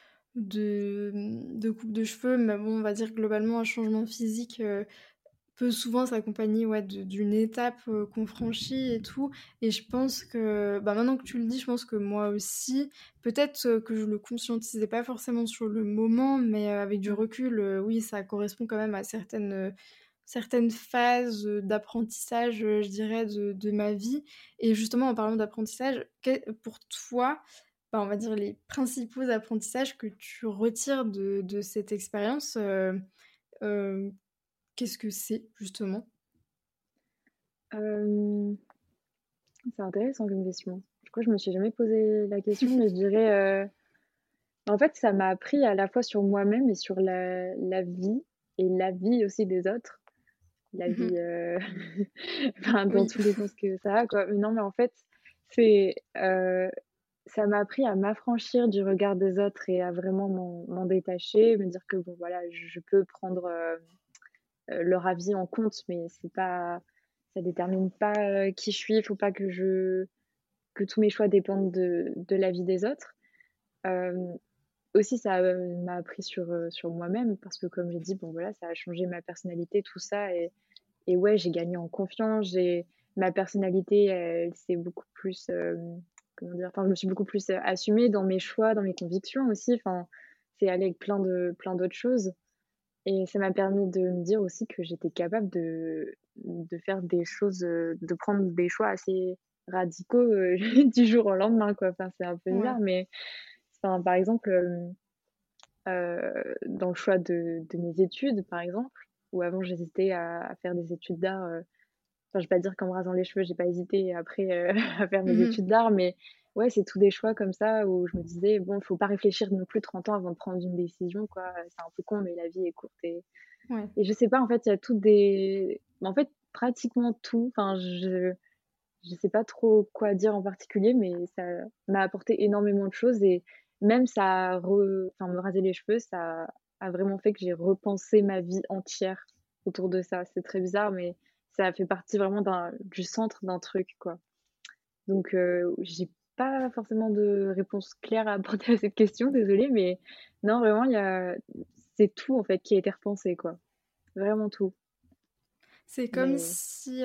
de coupe de cheveux, mais bon, on va dire globalement un changement physique, peut souvent s'accompagner, ouais, d'une étape, qu'on franchit et tout et je pense que, bah, maintenant que tu le dis, je pense que moi aussi, peut-être, que je le conscientisais pas forcément sur le moment, mais avec du Mmh. recul, oui, ça correspond quand même à certaines phases, d'apprentissage, je dirais de ma vie et justement en parlant d'apprentissage, pour toi, bah, on va dire les principaux apprentissages que tu retires de cette expérience, heu, qu'est-ce que c'est justement? Hem, c'est intéressant comme question. Je crois que je me suis jamais posé la question, mais je dirais, en fait, ça m'a appris à la fois sur moi-même et sur la vie et la vie aussi des autres. La Mmh vie, mh. enfin, dans Oui. tous les sens que ça a, quoi. Mais non, mais en fait, c'est, ça m'a appris à m'affranchir du regard des autres et à vraiment m'en détacher, me dire que bon, voilà, je peux prendre, leur avis en compte, mais c'est pas ça détermine pas, qui je suis. Il faut pas que tous mes choix dépendent de l'avis des autres. Hem, aussi ça, m'a appris sur moi-même parce que comme j'ai dit, bon voilà, ça a changé ma personnalité tout ça et ouais, j'ai gagné en confiance, j'ai ma personnalité, elle s'est beaucoup plus, comment dire? Enfin, je me suis beaucoup plus, assumée dans mes choix, dans mes convictions aussi, enfin, c'est allé avec plein d'autres choses et ça m'a permis de me dire aussi que j'étais capable de faire des choses, de prendre des choix assez radicaux, du jour au lendemain, quoi. Enfin, c'est un peu Ouais. bizarre, mais enfin, par exemple, dans le choix de mes études, par exemple, où avant j'hésitais à faire des études d'art, enfin, je vais pas dire qu'en me rasant les cheveux, j'ai pas hésité après, à faire mes Mmh mh. études d'art, mais ouais, c'est tous des choix comme ça où je me disais: «Bon, faut pas réfléchir non plus 30 ans avant de prendre une décision, quoi, c'est un peu con, mais la vie est courte» Ouais. et je sais pas, en fait, il y a toutes des en fait, pratiquement tout, enfin, je sais pas trop quoi dire en particulier, mais ça m'a apporté énormément de choses et même ça a me raser les cheveux, ça a vraiment fait que j'ai repensé ma vie entière autour de ça. C'est très bizarre, mais ça fait partie vraiment du centre d'un truc, quoi. Donc j'ai pas forcément de réponse claire à apporter à cette question, désolée, mais non, vraiment, c'est tout, en fait, qui a été repensé, quoi. Vraiment tout. C'est comme Mais si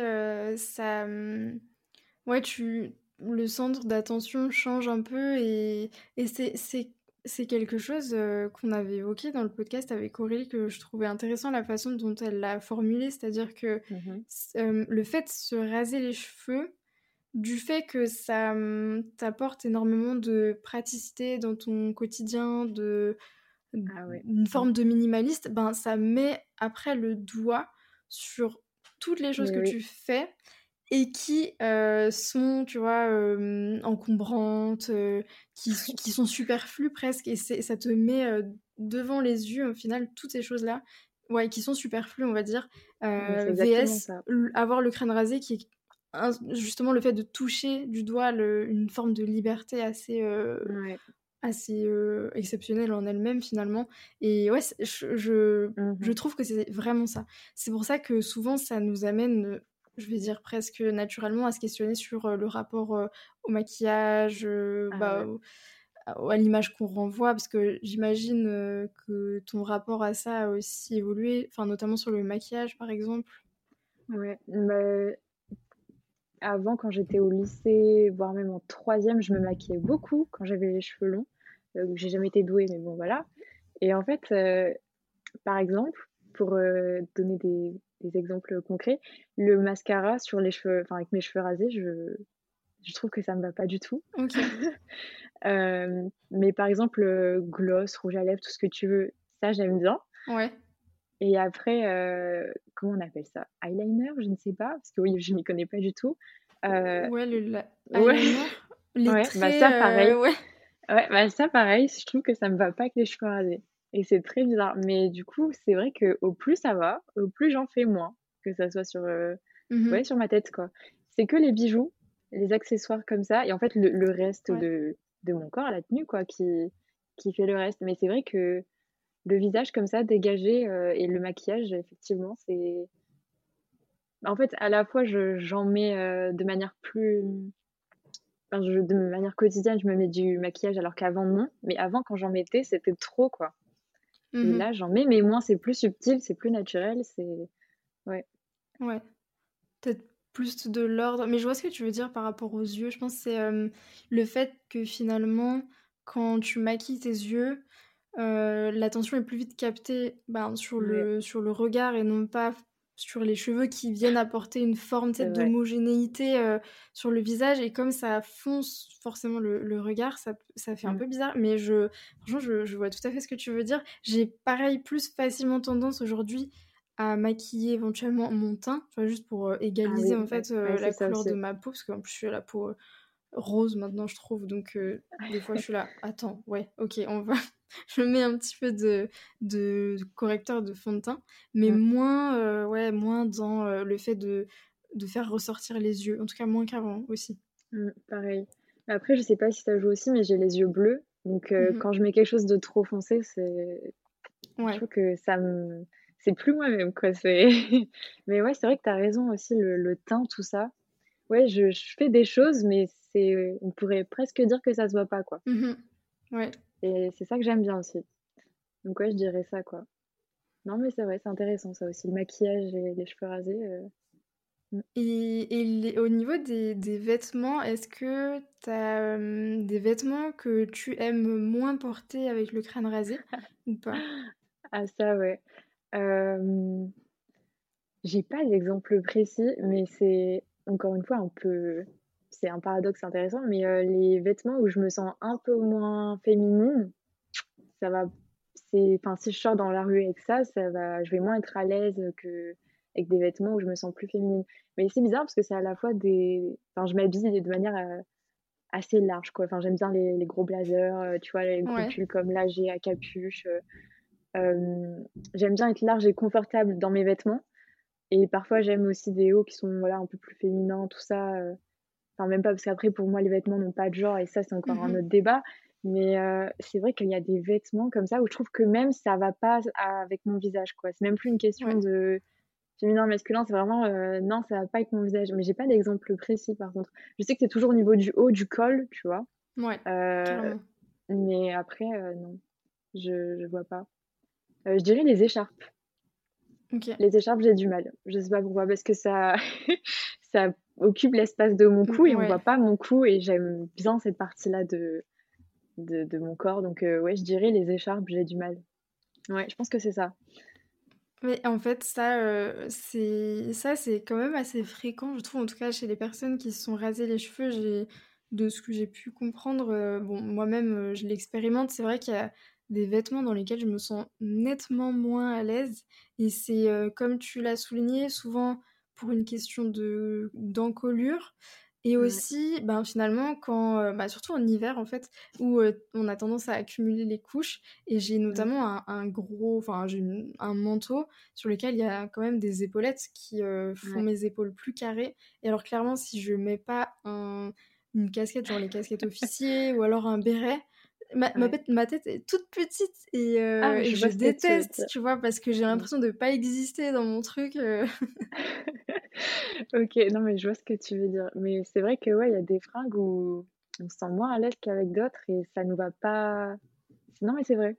ouais, le centre d'attention change un peu et c'est quelque chose qu'on avait évoqué dans le podcast avec Aurélie que je trouvais intéressant la façon dont elle l'a formulé, c'est-à-dire que mmh le fait de se raser les cheveux, du fait que ça t'apporte énormément de praticité dans ton quotidien, Ah ouais. une Mmh. forme de minimaliste, ben ça met après le doigt sur toutes les choses Mais que oui, tu fais et qui sont, tu vois, encombrantes, qui sont superflues presque et ça te met devant les yeux au final toutes ces choses-là, ouais, qui sont superflues on va dire, mais c'est exactement vs ça. avoir le crâne rasé qui est justement le fait de toucher du doigt une forme de liberté Ouais. assez exceptionnelle en elle-même finalement et ouais je Mmh trouve que c'est vraiment ça. C'est pour ça que souvent ça nous amène, je vais dire presque naturellement à se questionner sur, le rapport, au maquillage, Ah ouais. à l'image qu'on renvoie parce que j'imagine, que ton rapport à ça a aussi évolué, enfin notamment sur le maquillage par exemple? Ouais, bah, avant quand j'étais au lycée, voire même en troisième, je me maquillais beaucoup quand j'avais les cheveux longs. J'ai jamais été douée, mais bon voilà et en fait, par exemple, pour, donner des exemples concrets, le mascara sur les cheveux enfin avec mes cheveux rasés, je trouve que ça me va pas du tout. OK, Mais par exemple, gloss, rouge à lèvres, tout ce que tu veux, ça j'aime bien ouais. et après, comment on appelle ça? Eyeliner? Je ne sais pas, parce que oui, je m'y connais pas du tout. Heu, Ouais, ouais, eyeliner, les ouais, bah traits, ça pareil. ouais. Ouais, bah ça pareil, je trouve que ça me va pas avec les cheveux rasés et c'est très bizarre. Mais du coup, c'est vrai qu'au plus ça va, au plus j'en fais moins, que ça soit sur, Mmh. ouais, sur ma tête, quoi. C'est que les bijoux, les accessoires comme ça et en fait le reste Ouais. de mon corps, la tenue quoi, qui fait le reste. Mais c'est vrai que le visage comme ça dégagé, et le maquillage effectivement, c'est en fait, à la fois j'en mets, de manière plus de manière quotidienne, je me mets du maquillage alors qu'avant non, mais avant quand j'en mettais, c'était trop quoi et Mmh. là j'en mets, mais moins, c'est plus subtil, c'est plus naturel, c'est ouais. Ouais. Peut-être plus de l'ordre mais je vois ce que tu veux dire par rapport aux yeux. Je pense que c'est, le fait que finalement, quand tu maquilles tes yeux, l'attention est plus vite captée, ben, Ouais, sur le regard et non pas sur les cheveux qui viennent apporter une forme, tu sais, c'est vrai. d'homogénéité, sur le visage et comme ça fonce forcément le regard, ça fait un Mmh. peu bizarre mais franchement, je vois tout à fait ce que tu veux dire. J'ai pareil plus facilement tendance aujourd'hui à maquiller éventuellement mon teint, tu vois? Juste pour, Ah égaliser oui, en ouais, fait, ouais, c'est la ça couleur aussi. de ma peau parce qu'en plus j'ai la peau, rose maintenant je trouve donc des fois je suis là: «Attends, ouais, OK, on va» je mets un petit peu de correcteur de fond de teint, mais Mmh, moins, ouais, moins dans, le fait de faire ressortir les yeux, en tout cas moins qu'avant aussi. pareil. Après, je sais pas si ça joue aussi, mais j'ai les yeux bleus, donc Mmh. quand je mets quelque chose de trop foncé, je Ouais. trouve que c'est plus moi-même quoi, c'est mais ouais, c'est vrai que tu as raison aussi, le teint, tout ça. Ouais, je fais des choses, mais on pourrait presque dire que ça se voit pas, quoi Mmh. Ouais. et c'est ça que j'aime bien aussi. Donc ouais, je dirais ça, quoi. Non, mais c'est vrai, c'est intéressant ça aussi, le maquillage et les cheveux rasés, mmh. Et au niveau des vêtements, est-ce que tu as, des vêtements que tu aimes moins porter avec le crâne rasé ou pas? Ah ça, ouais. Hem, j'ai pas d'exemple précis, mais c'est encore une fois un peu c'est un paradoxe intéressant, mais les vêtements où je me sens un peu moins féminine, ça va enfin, si je sors dans la rue avec ça, je vais moins être à l'aise, qu'avec des vêtements où je me sens plus féminine. Mais c'est bizarre parce que c'est à la fois je m'habille de manière, assez large, quoi. Enfin, j'aime bien les gros blazers, tu vois, les gros Ouais. pulls comme là, j'ai à capuche, j'aime bien être large et confortable dans mes vêtements et parfois j'aime aussi des hauts qui sont, voilà, un peu plus féminins, tout ça, enfin même pas parce qu'après pour moi les vêtements n'ont pas de genre et ça c'est encore un Mmh. autre débat, mais c'est vrai qu'il y a des vêtements comme ça où je trouve que même ça va pas avec mon visage, quoi. C'est même plus une question Ouais, de féminin, masculin, c'est vraiment, non, ça va pas avec mon visage. Mais j'ai pas d'exemple précis par contre. Je sais que c'est toujours au niveau du haut du col, tu vois? ouais, Heu, carrément. mais après, non, je vois pas. Je dirais les écharpes. OK. Les écharpes, j'ai du mal. Je sais pas pourquoi, parce que ça ça occupe l'espace de mon cou et on Ouais. voit pas mon cou et j'aime bien cette partie-là de mon corps donc ouais, je dirais les écharpes, j'ai du mal. Ouais, je pense que c'est ça. Mais en fait, c'est quand même assez fréquent, je trouve, en tout cas chez les personnes qui se sont rasées les cheveux. De ce que j'ai pu comprendre, bon, moi-même, je l'expérimente. C'est vrai qu'il y a des vêtements dans lesquels je me sens nettement moins à l'aise et c'est, comme tu l'as souligné, souvent pour une question d'encolure et Ouais, aussi, ben, finalement, quand, bah, surtout en hiver, en fait, où, on a tendance à accumuler les couches et j'ai mmh, notamment un gros enfin, j'ai un manteau sur lequel il y a quand même des épaulettes qui font ouais, mes épaules plus carrées. Et alors clairement, si je mets pas une casquette, genre les casquettes officiers, ou alors un béret, ouais. ma tête est toute petite Ah, et je je vois ce que tu veux déteste, dire. tu vois, parce que j'ai Mmh. l'impression de pas exister dans mon truc. OK, non, mais je vois ce que tu veux dire. Mais c'est vrai que, ouais, il y a des fringues où on se sent moins à l'aise qu'avec d'autres et ça nous va pas non, mais c'est vrai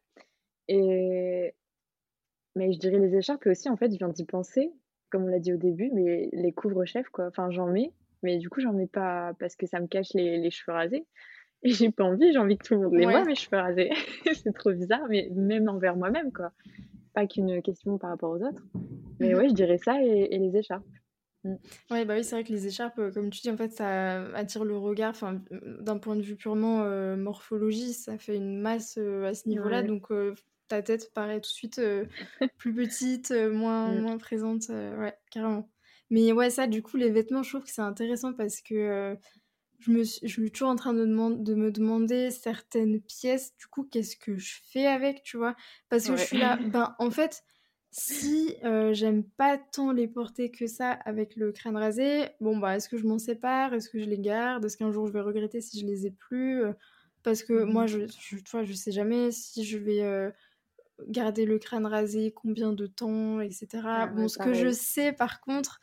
et mais je dirais les écharpes et aussi, en fait, je viens d'y penser, comme on l'a dit au début, mais les couvre-chefs, quoi. Enfin, j'en mets, mais du coup, j'en mets pas parce que ça me cache les cheveux rasés et j'ai pas envie, j'ai envie que tout le monde les voie, Ouais. mes cheveux rasés. C'est trop bizarre, mais même envers moi-même, quoi. Pas qu'une question par rapport aux autres. Mais Mhm. ouais, je dirais ça et les écharpes. Mmh. Ouais, bah oui, c'est vrai que les écharpes, comme tu dis, en fait, ça attire le regard. Enfin, d'un point de vue purement morphologie, ça fait une masse à ce niveau-là. Ouais. Donc, ta tête paraît tout de suite plus petite, Mmh. moins présente. Ouais, carrément. Mais ouais, ça, du coup, les vêtements, je trouve que c'est intéressant parce que je suis toujours en train de me demander certaines pièces, du coup, qu'est-ce que je fais avec, tu vois? Parce que je Ouais. suis là, ben, en fait, si j'aime pas tant les porter que ça avec le crâne rasé, bon, bah, est-ce que je m'en sépare? Est-ce que je les garde? Est-ce qu'un jour je vais regretter si je les ai plus? Parce que moi, Mmh. tu vois, je sais jamais si je vais garder le crâne rasé, combien de temps, etc. Ah Bon, ouais, ce que je pareil. sais par contre,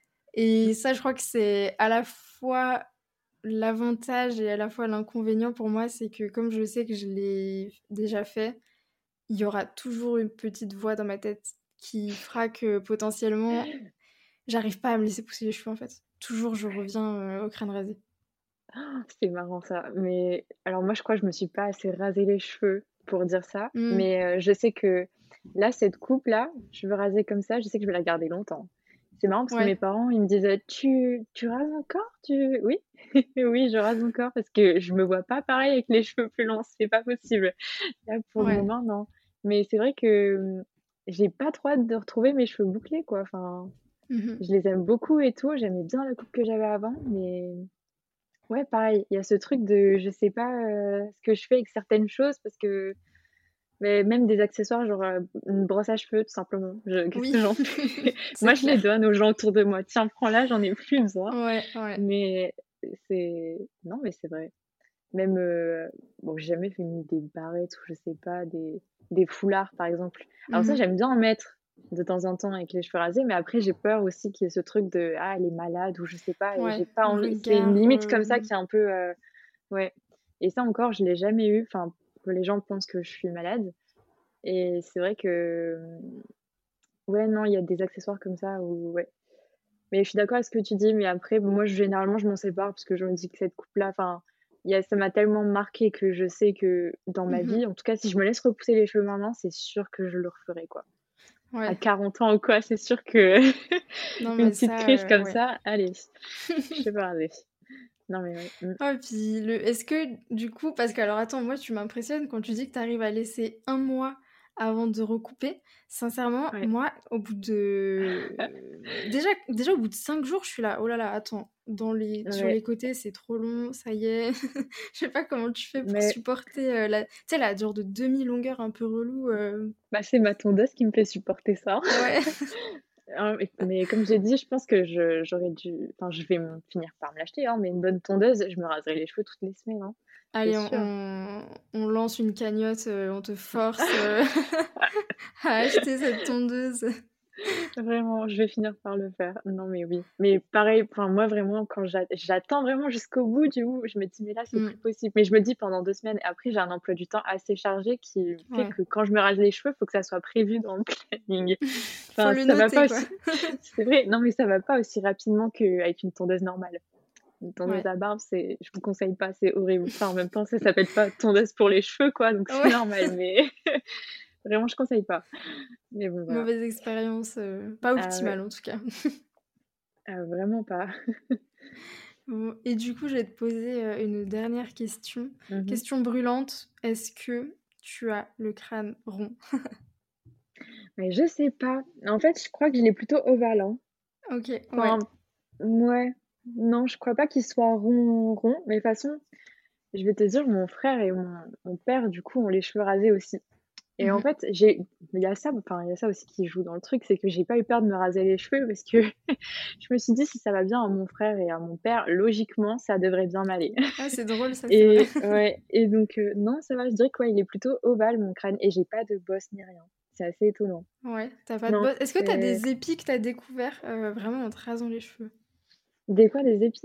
et ça, je crois que c'est à la fois l'avantage et à la fois l'inconvénient pour moi, c'est que comme je sais que je l'ai déjà fait, il y aura toujours une petite voix dans ma tête qui fera que potentiellement, j'arrive pas à me laisser pousser les cheveux en fait. Toujours, je reviens au crâne rasé. C'est marrant ça. Mais alors moi, je crois que je me suis pas assez rasé les cheveux pour dire ça. Hmm, Mais je sais que là, cette coupe-là, cheveux rasés comme ça, je sais que je vais la garder longtemps. C'est marrant parce que mes ouais, parents, ils me disent: «Tu rases encore? Tu» oui, oui, je rase encore parce que je me vois pas pareil avec les cheveux plus longs, c'est pas possible. Là, pour le ouais. moment, non. Mais c'est vrai que, j'ai pas trop hâte de retrouver mes cheveux bouclés, quoi. Enfin, Mhm. je les aime beaucoup et tout. J'aimais bien la coupe que j'avais avant, mais ouais, pareil, il y a ce truc de je sais pas, ce que je fais avec certaines choses parce que mais même des accessoires, genre, une brosse à cheveux tout simplement. Je qu'est-ce Oui, que j'en fais? c'est Moi, je les clair. donne aux gens autour de moi: «Tiens, prends-la, j'en ai plus besoin». Ouais, ouais. Mais c'est non, mais c'est vrai. Même, bon, j'ai jamais fait ni des barrettes ou je sais pas, des foulards, par exemple. Alors ça, Mhm. j'aime bien en mettre de temps en temps avec les cheveux rasés, mais après j'ai peur aussi qu'il y ait ce truc de: «Ah, elle est malade» ou je sais pas et Ouais, j'ai pas envie c'est une regard. limite comme ça qui est un peu, ouais et ça encore, je l'ai jamais eu, enfin, que les gens pensent que je suis malade et c'est vrai que, ouais, non, il y a des accessoires comme ça où ouais. Mais je suis d'accord avec ce que tu dis, mais après, moi, généralement, je m'en sépare parce que je me dis que cette coupe-là, enfin, il y a ça m'a tellement marqué que je sais que dans ma Mhm. vie, en tout cas, si je me laisse repousser les cheveux maintenant, c'est sûr que je le referai, quoi. À Ouais. 40 ans ou quoi, c'est sûr que Non, une mais petite ça, crise comme ouais. ça, allez, cheveux rasés. Non, mais ouais, Ouais, puis est-ce que du coup, parce que alors attends, moi tu m'impressionnes quand tu dis que tu arrives à laisser un mois avant de recouper. Sincèrement, ouais. moi, au bout de... Déjà au bout de 5 jours, je suis là, oh là là, attends, sur Ouais, les côtés, c'est trop long, ça y est. Je sais pas comment tu fais pour mais supporter tu sais, la dure de demi-longueur un peu relou. bah, c'est ma tondeuse qui me fait supporter ça. Ouais. Mais comme j'ai dit, je pense que j'aurais dû enfin, je vais finir par me l'acheter, hein, mais une bonne tondeuse, je me raserai les cheveux toutes les semaines, hein, c'est Allez, sûr. on lance une cagnotte, on te force, à acheter cette tondeuse. Vraiment, je vais finir par le faire. Non, mais oui. Mais pareil, enfin, moi, vraiment, quand j'attends vraiment jusqu'au bout, du bout, je me dis: «Mais là, c'est Mmh, plus possible». Mais je me dis pendant 2 semaines et après, j'ai un emploi du temps assez chargé qui fait ouais. que quand je me rase les cheveux, il faut que ça soit prévu dans le planning. Faut Enfin, le ça va noter, pas quoi. aussi c'est vrai, non, mais ça va pas aussi rapidement qu'avec une tondeuse normale. Une tondeuse Ouais. à barbe, je vous conseille pas, c'est horrible. Enfin, en même temps, ça s'appelle pas tondeuse pour les cheveux, quoi, donc c'est Ouais, normal, mais vraiment, je conseille pas. Mais bon, voilà. mauvaise expérience, pas Ah ouais, optimale en tout cas. vraiment pas. Bon et du coup, je vais te poser, une dernière question. Mmh. Question brûlante, est-ce que tu as le crâne rond? Mais je sais pas. En fait, je crois que je l'ai plutôt ovale, hein. OK, ouais. Enfin, mouais. Non, je crois pas qu'il soit rond, rond, mais de toute façon, je vais te dire, mon frère et mon père, du coup, ont les cheveux rasés aussi. Et en Mmh. fait, il y a ça, enfin, il y a ça aussi qui joue dans le truc, c'est que j'ai pas eu peur de me raser les cheveux parce que je me suis dit: «Si ça va bien à mon frère et à mon père, logiquement, ça devrait bien m'aller». Ah, c'est drôle ça, c'est vrai. Et ouais, et donc non, ça va, je dirais que ouais, il est plutôt ovale mon crâne et j'ai pas de bosse ni rien. C'est assez étonnant. Ouais, tu pas de Non, bosse. Est-ce que tu as c'est des épis que tu as découverts, vraiment en te rasant les cheveux? des quoi? Des épis?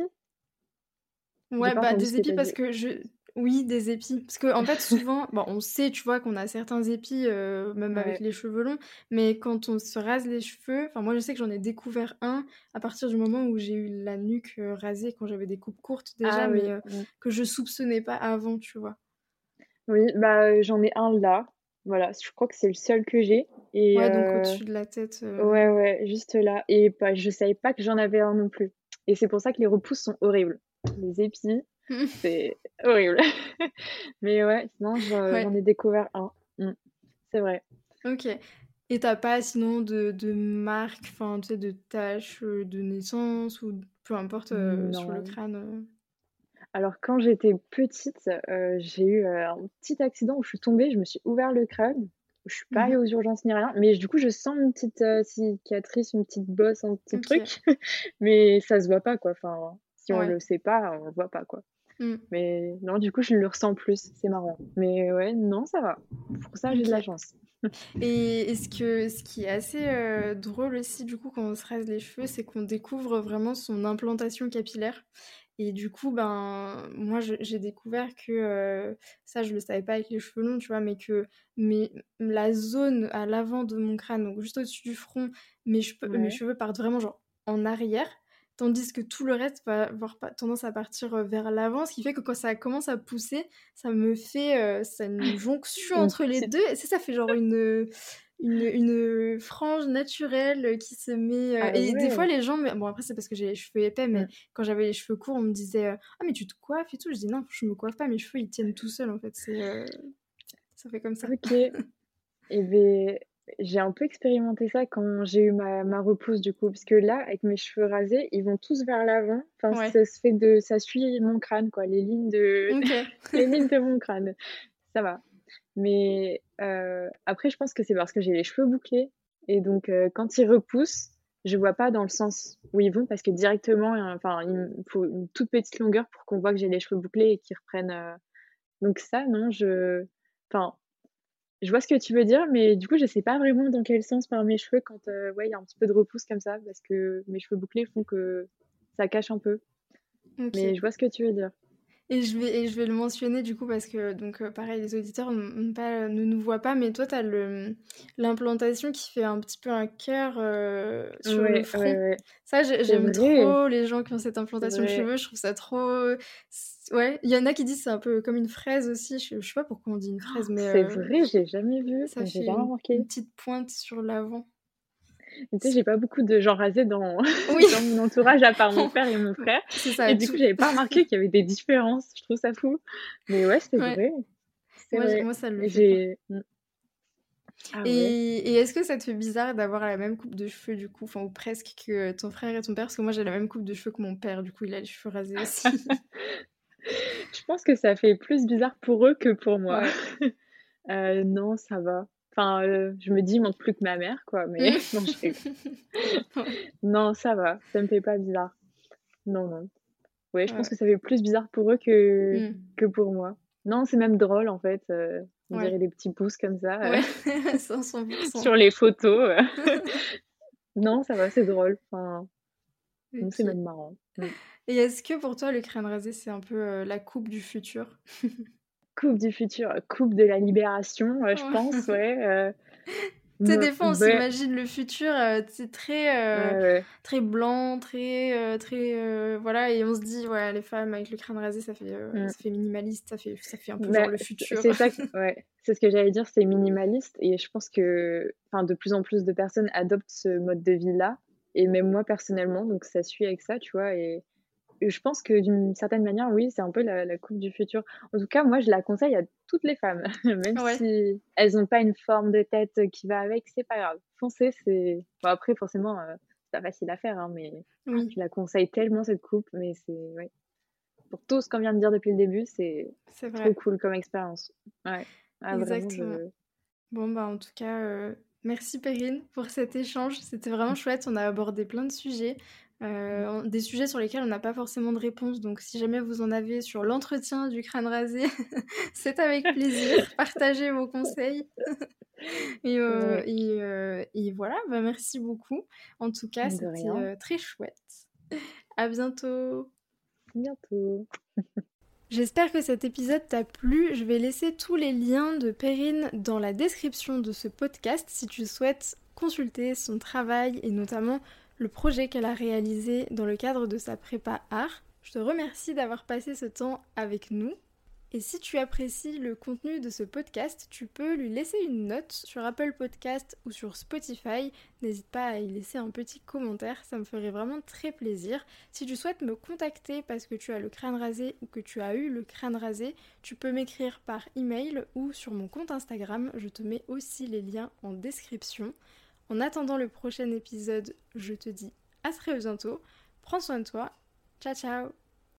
J'ai Ouais, pas bah, entendu ce des que épis tu as parce dit. que oui, des épis. Parce qu'en fait, souvent, bon, on sait, tu vois, qu'on a certains épis, même avec Ouais. les cheveux longs, mais quand on se rase les cheveux, enfin, moi, je sais que j'en ai découvert un à partir du moment où j'ai eu la nuque, rasée quand j'avais des coupes courtes déjà, Ah mais oui, mmh. que je soupçonnais pas avant, tu vois? Oui, bah, j'en ai un là. Voilà, je crois que c'est le seul que j'ai et Ouais, donc au-dessus de la tête, ouais, ouais, juste là et bah, je savais pas que j'en avais un non plus et c'est pour ça que les repousses sont horribles. Les épis, c'est horrible. Mais ouais, sinon Ouais, j'en ai découvert un. Mmh, c'est vrai. OK et t'as pas sinon de marques, enfin, tu sais, de taches, de naissance ou peu importe, sur le Non. crâne, Alors quand j'étais petite, j'ai eu, un petit accident où je suis tombée, je me suis ouvert le crâne. Je suis pas allée Mmh. aux urgences ni rien, mais du coup, je sens une petite, cicatrice, une petite bosse, un petit OK, truc, mais ça se voit pas, quoi. Enfin, si on ouais. le sait pas, on le voit pas, quoi. Mmh. Mais non, du coup, je le ressens plus, c'est marrant. Mais ouais, non, ça va. Pour ça, j'ai de la OK. chance. Et est-ce que ce qui est assez, drôle aussi du coup quand on se rase les cheveux, c'est qu'on découvre vraiment son implantation capillaire et du coup, ben, moi j'ai découvert que, ça je le savais pas avec les cheveux longs, tu vois? Mais que la zone à l'avant de mon crâne, donc juste au-dessus du front, mes Ouais. cheveux partent vraiment genre en arrière, tandis que tout le reste va avoir pas tendance à partir, vers l'avant. Ce qui fait que quand ça commence à pousser, ça me fait, ça une jonction Une entre les petite 2 et ça fait genre une frange naturelle, qui se met, ah et des fois ouais! les gens me bon après c'est parce que j'ai les cheveux épais, mais Mmh. quand j'avais les cheveux courts, on me disait, «Ah mais tu te coiffes et tout?» Je dis: «Non, je me coiffe pas, mes cheveux ils tiennent tout seuls en fait, ça fait comme ça». OK. Et beh, j'ai un peu expérimenté ça quand j'ai eu ma repousse du coup, parce que là, avec mes cheveux rasés, ils vont tous vers l'avant. Enfin, Ouais, ça suit mon crâne quoi, les lignes de OK. les lignes de mon crâne. Ça va. Mais après je pense que c'est parce que j'ai les cheveux bouclés et donc quand ils repoussent, je vois pas dans le sens où ils vont parce que directement, enfin, il me faut une toute petite longueur pour qu'on voit que j'ai les cheveux bouclés et qu'ils reprennent, donc ça non, enfin, je vois ce que tu veux dire, mais du coup, je sais pas vraiment dans quel sens part mes cheveux quand, ouais, il y a un petit peu de repousse comme ça, parce que mes cheveux bouclés font que ça cache un peu. Mais OK. je vois ce que tu veux dire. Et je vais le mentionner du coup parce que donc pareil les auditeurs ne nous voient pas mais toi tu as l'implantation qui fait un petit peu un cœur, sur le Ouais, ouais, front. ouais. Ça C'est j'aime vrai, trop les gens qui ont cette c'est implantation de vrai. cheveux, je trouve ça trop ouais, il y en a qui disent c'est un peu comme une fraise aussi, je sais pas pourquoi on dit une fraise mais C'est vrai, j'ai jamais vu, ça j'ai fait jamais une remarqué. petite pointe sur l'avant. Tu sais, j'ai pas beaucoup de gens rasés dans Oui, dans mon entourage à part mon père et mon frère c'est ça et du coup, tout j'avais pas remarqué qu'il y avait des différences. Je trouve ça fou. Mais ouais, c'est ouais, vrai, c'est vrai. moi ça le fait pas. J'ai mmh. Ah ouais. Et est-ce que ça te fait bizarre d'avoir la même coupe de cheveux du coup, enfin ou presque que ton frère et ton père? Parce que moi j'ai la même coupe de cheveux que mon père, du coup il a les cheveux rasés aussi. Je pense que ça fait plus bizarre pour eux que pour moi. Ouais. Non, ça va. Enfin, je me dis: «Il manque plus que ma mère, quoi», mais non, je rigole. Ouais. Non, ça va, ça me fait pas bizarre. Non, non. Ouais, je pense Ouais. que ça fait plus bizarre pour eux Mmh. que pour moi. Non, c'est même drôle, en fait, on Ouais. dirait des petits pouces comme ça, Ouais, 100%. sur les photos, Non, ça va, c'est drôle. Enfin, non, c'est OK. même marrant. Et est-ce que pour toi, le crâne rasé, c'est un peu, la coupe du futur? Coupe du futur, coupe de la libération, je pense, Ouais. ouais, Tu sais, des fois, on beh, s'imagine le futur, tu sais, ouais, ouais. très blanc, très, voilà et on se dit: «Ouais, les femmes avec le crâne rasé, Mmh. ça fait minimaliste, ça fait un peu genre Bah, le futur». c'est ça ouais, c'est ce que j'allais dire, c'est minimaliste et je pense que, enfin, de plus en plus de personnes adoptent ce mode de vie-là et même moi personnellement, donc ça suit avec ça, tu vois? Et je pense que d'une certaine manière, oui, c'est un peu la coupe du futur. En tout cas, moi, je la conseille à toutes les femmes, même Ouais, si elles ont pas une forme de tête qui va avec, c'est pas grave. Foncez, c'est bon après forcément, c'est pas facile à faire, hein, mais oui, je la conseille tellement cette coupe, mais c'est ouais, pour tout ce qu'on vient de dire depuis le début, c'est c'est trop vrai, cool comme expérience. Ouais. Ah vraiment exactement. je Bon, bah, en tout cas, merci Perrine pour cet échange. C'était vraiment chouette. On a abordé plein de sujets, des sujets sur lesquels on n'a pas forcément de réponse. Donc, si jamais vous en avez sur l'entretien du crâne rasé, c'est avec plaisir. Partagez vos conseils. ouais, Et voilà, bah, merci beaucoup. En tout cas, de c'était rien. très chouette. À bientôt. À bientôt. J'espère que cet épisode t'a plu. Je vais laisser tous les liens de Perrine dans la description de ce podcast si tu souhaites consulter son travail et notamment le projet qu'elle a réalisé dans le cadre de sa prépa art. Je te remercie d'avoir passé ce temps avec nous. Et si tu apprécies le contenu de ce podcast, tu peux lui laisser une note sur Apple Podcast ou sur Spotify. N'hésite pas à y laisser un petit commentaire, ça me ferait vraiment très plaisir. Si tu souhaites me contacter parce que tu as le crâne rasé ou que tu as eu le crâne rasé, tu peux m'écrire par email ou sur mon compte Instagram. Je te mets aussi les liens en description. En attendant le prochain épisode, je te dis à très bientôt. Prends soin de toi. Ciao ciao.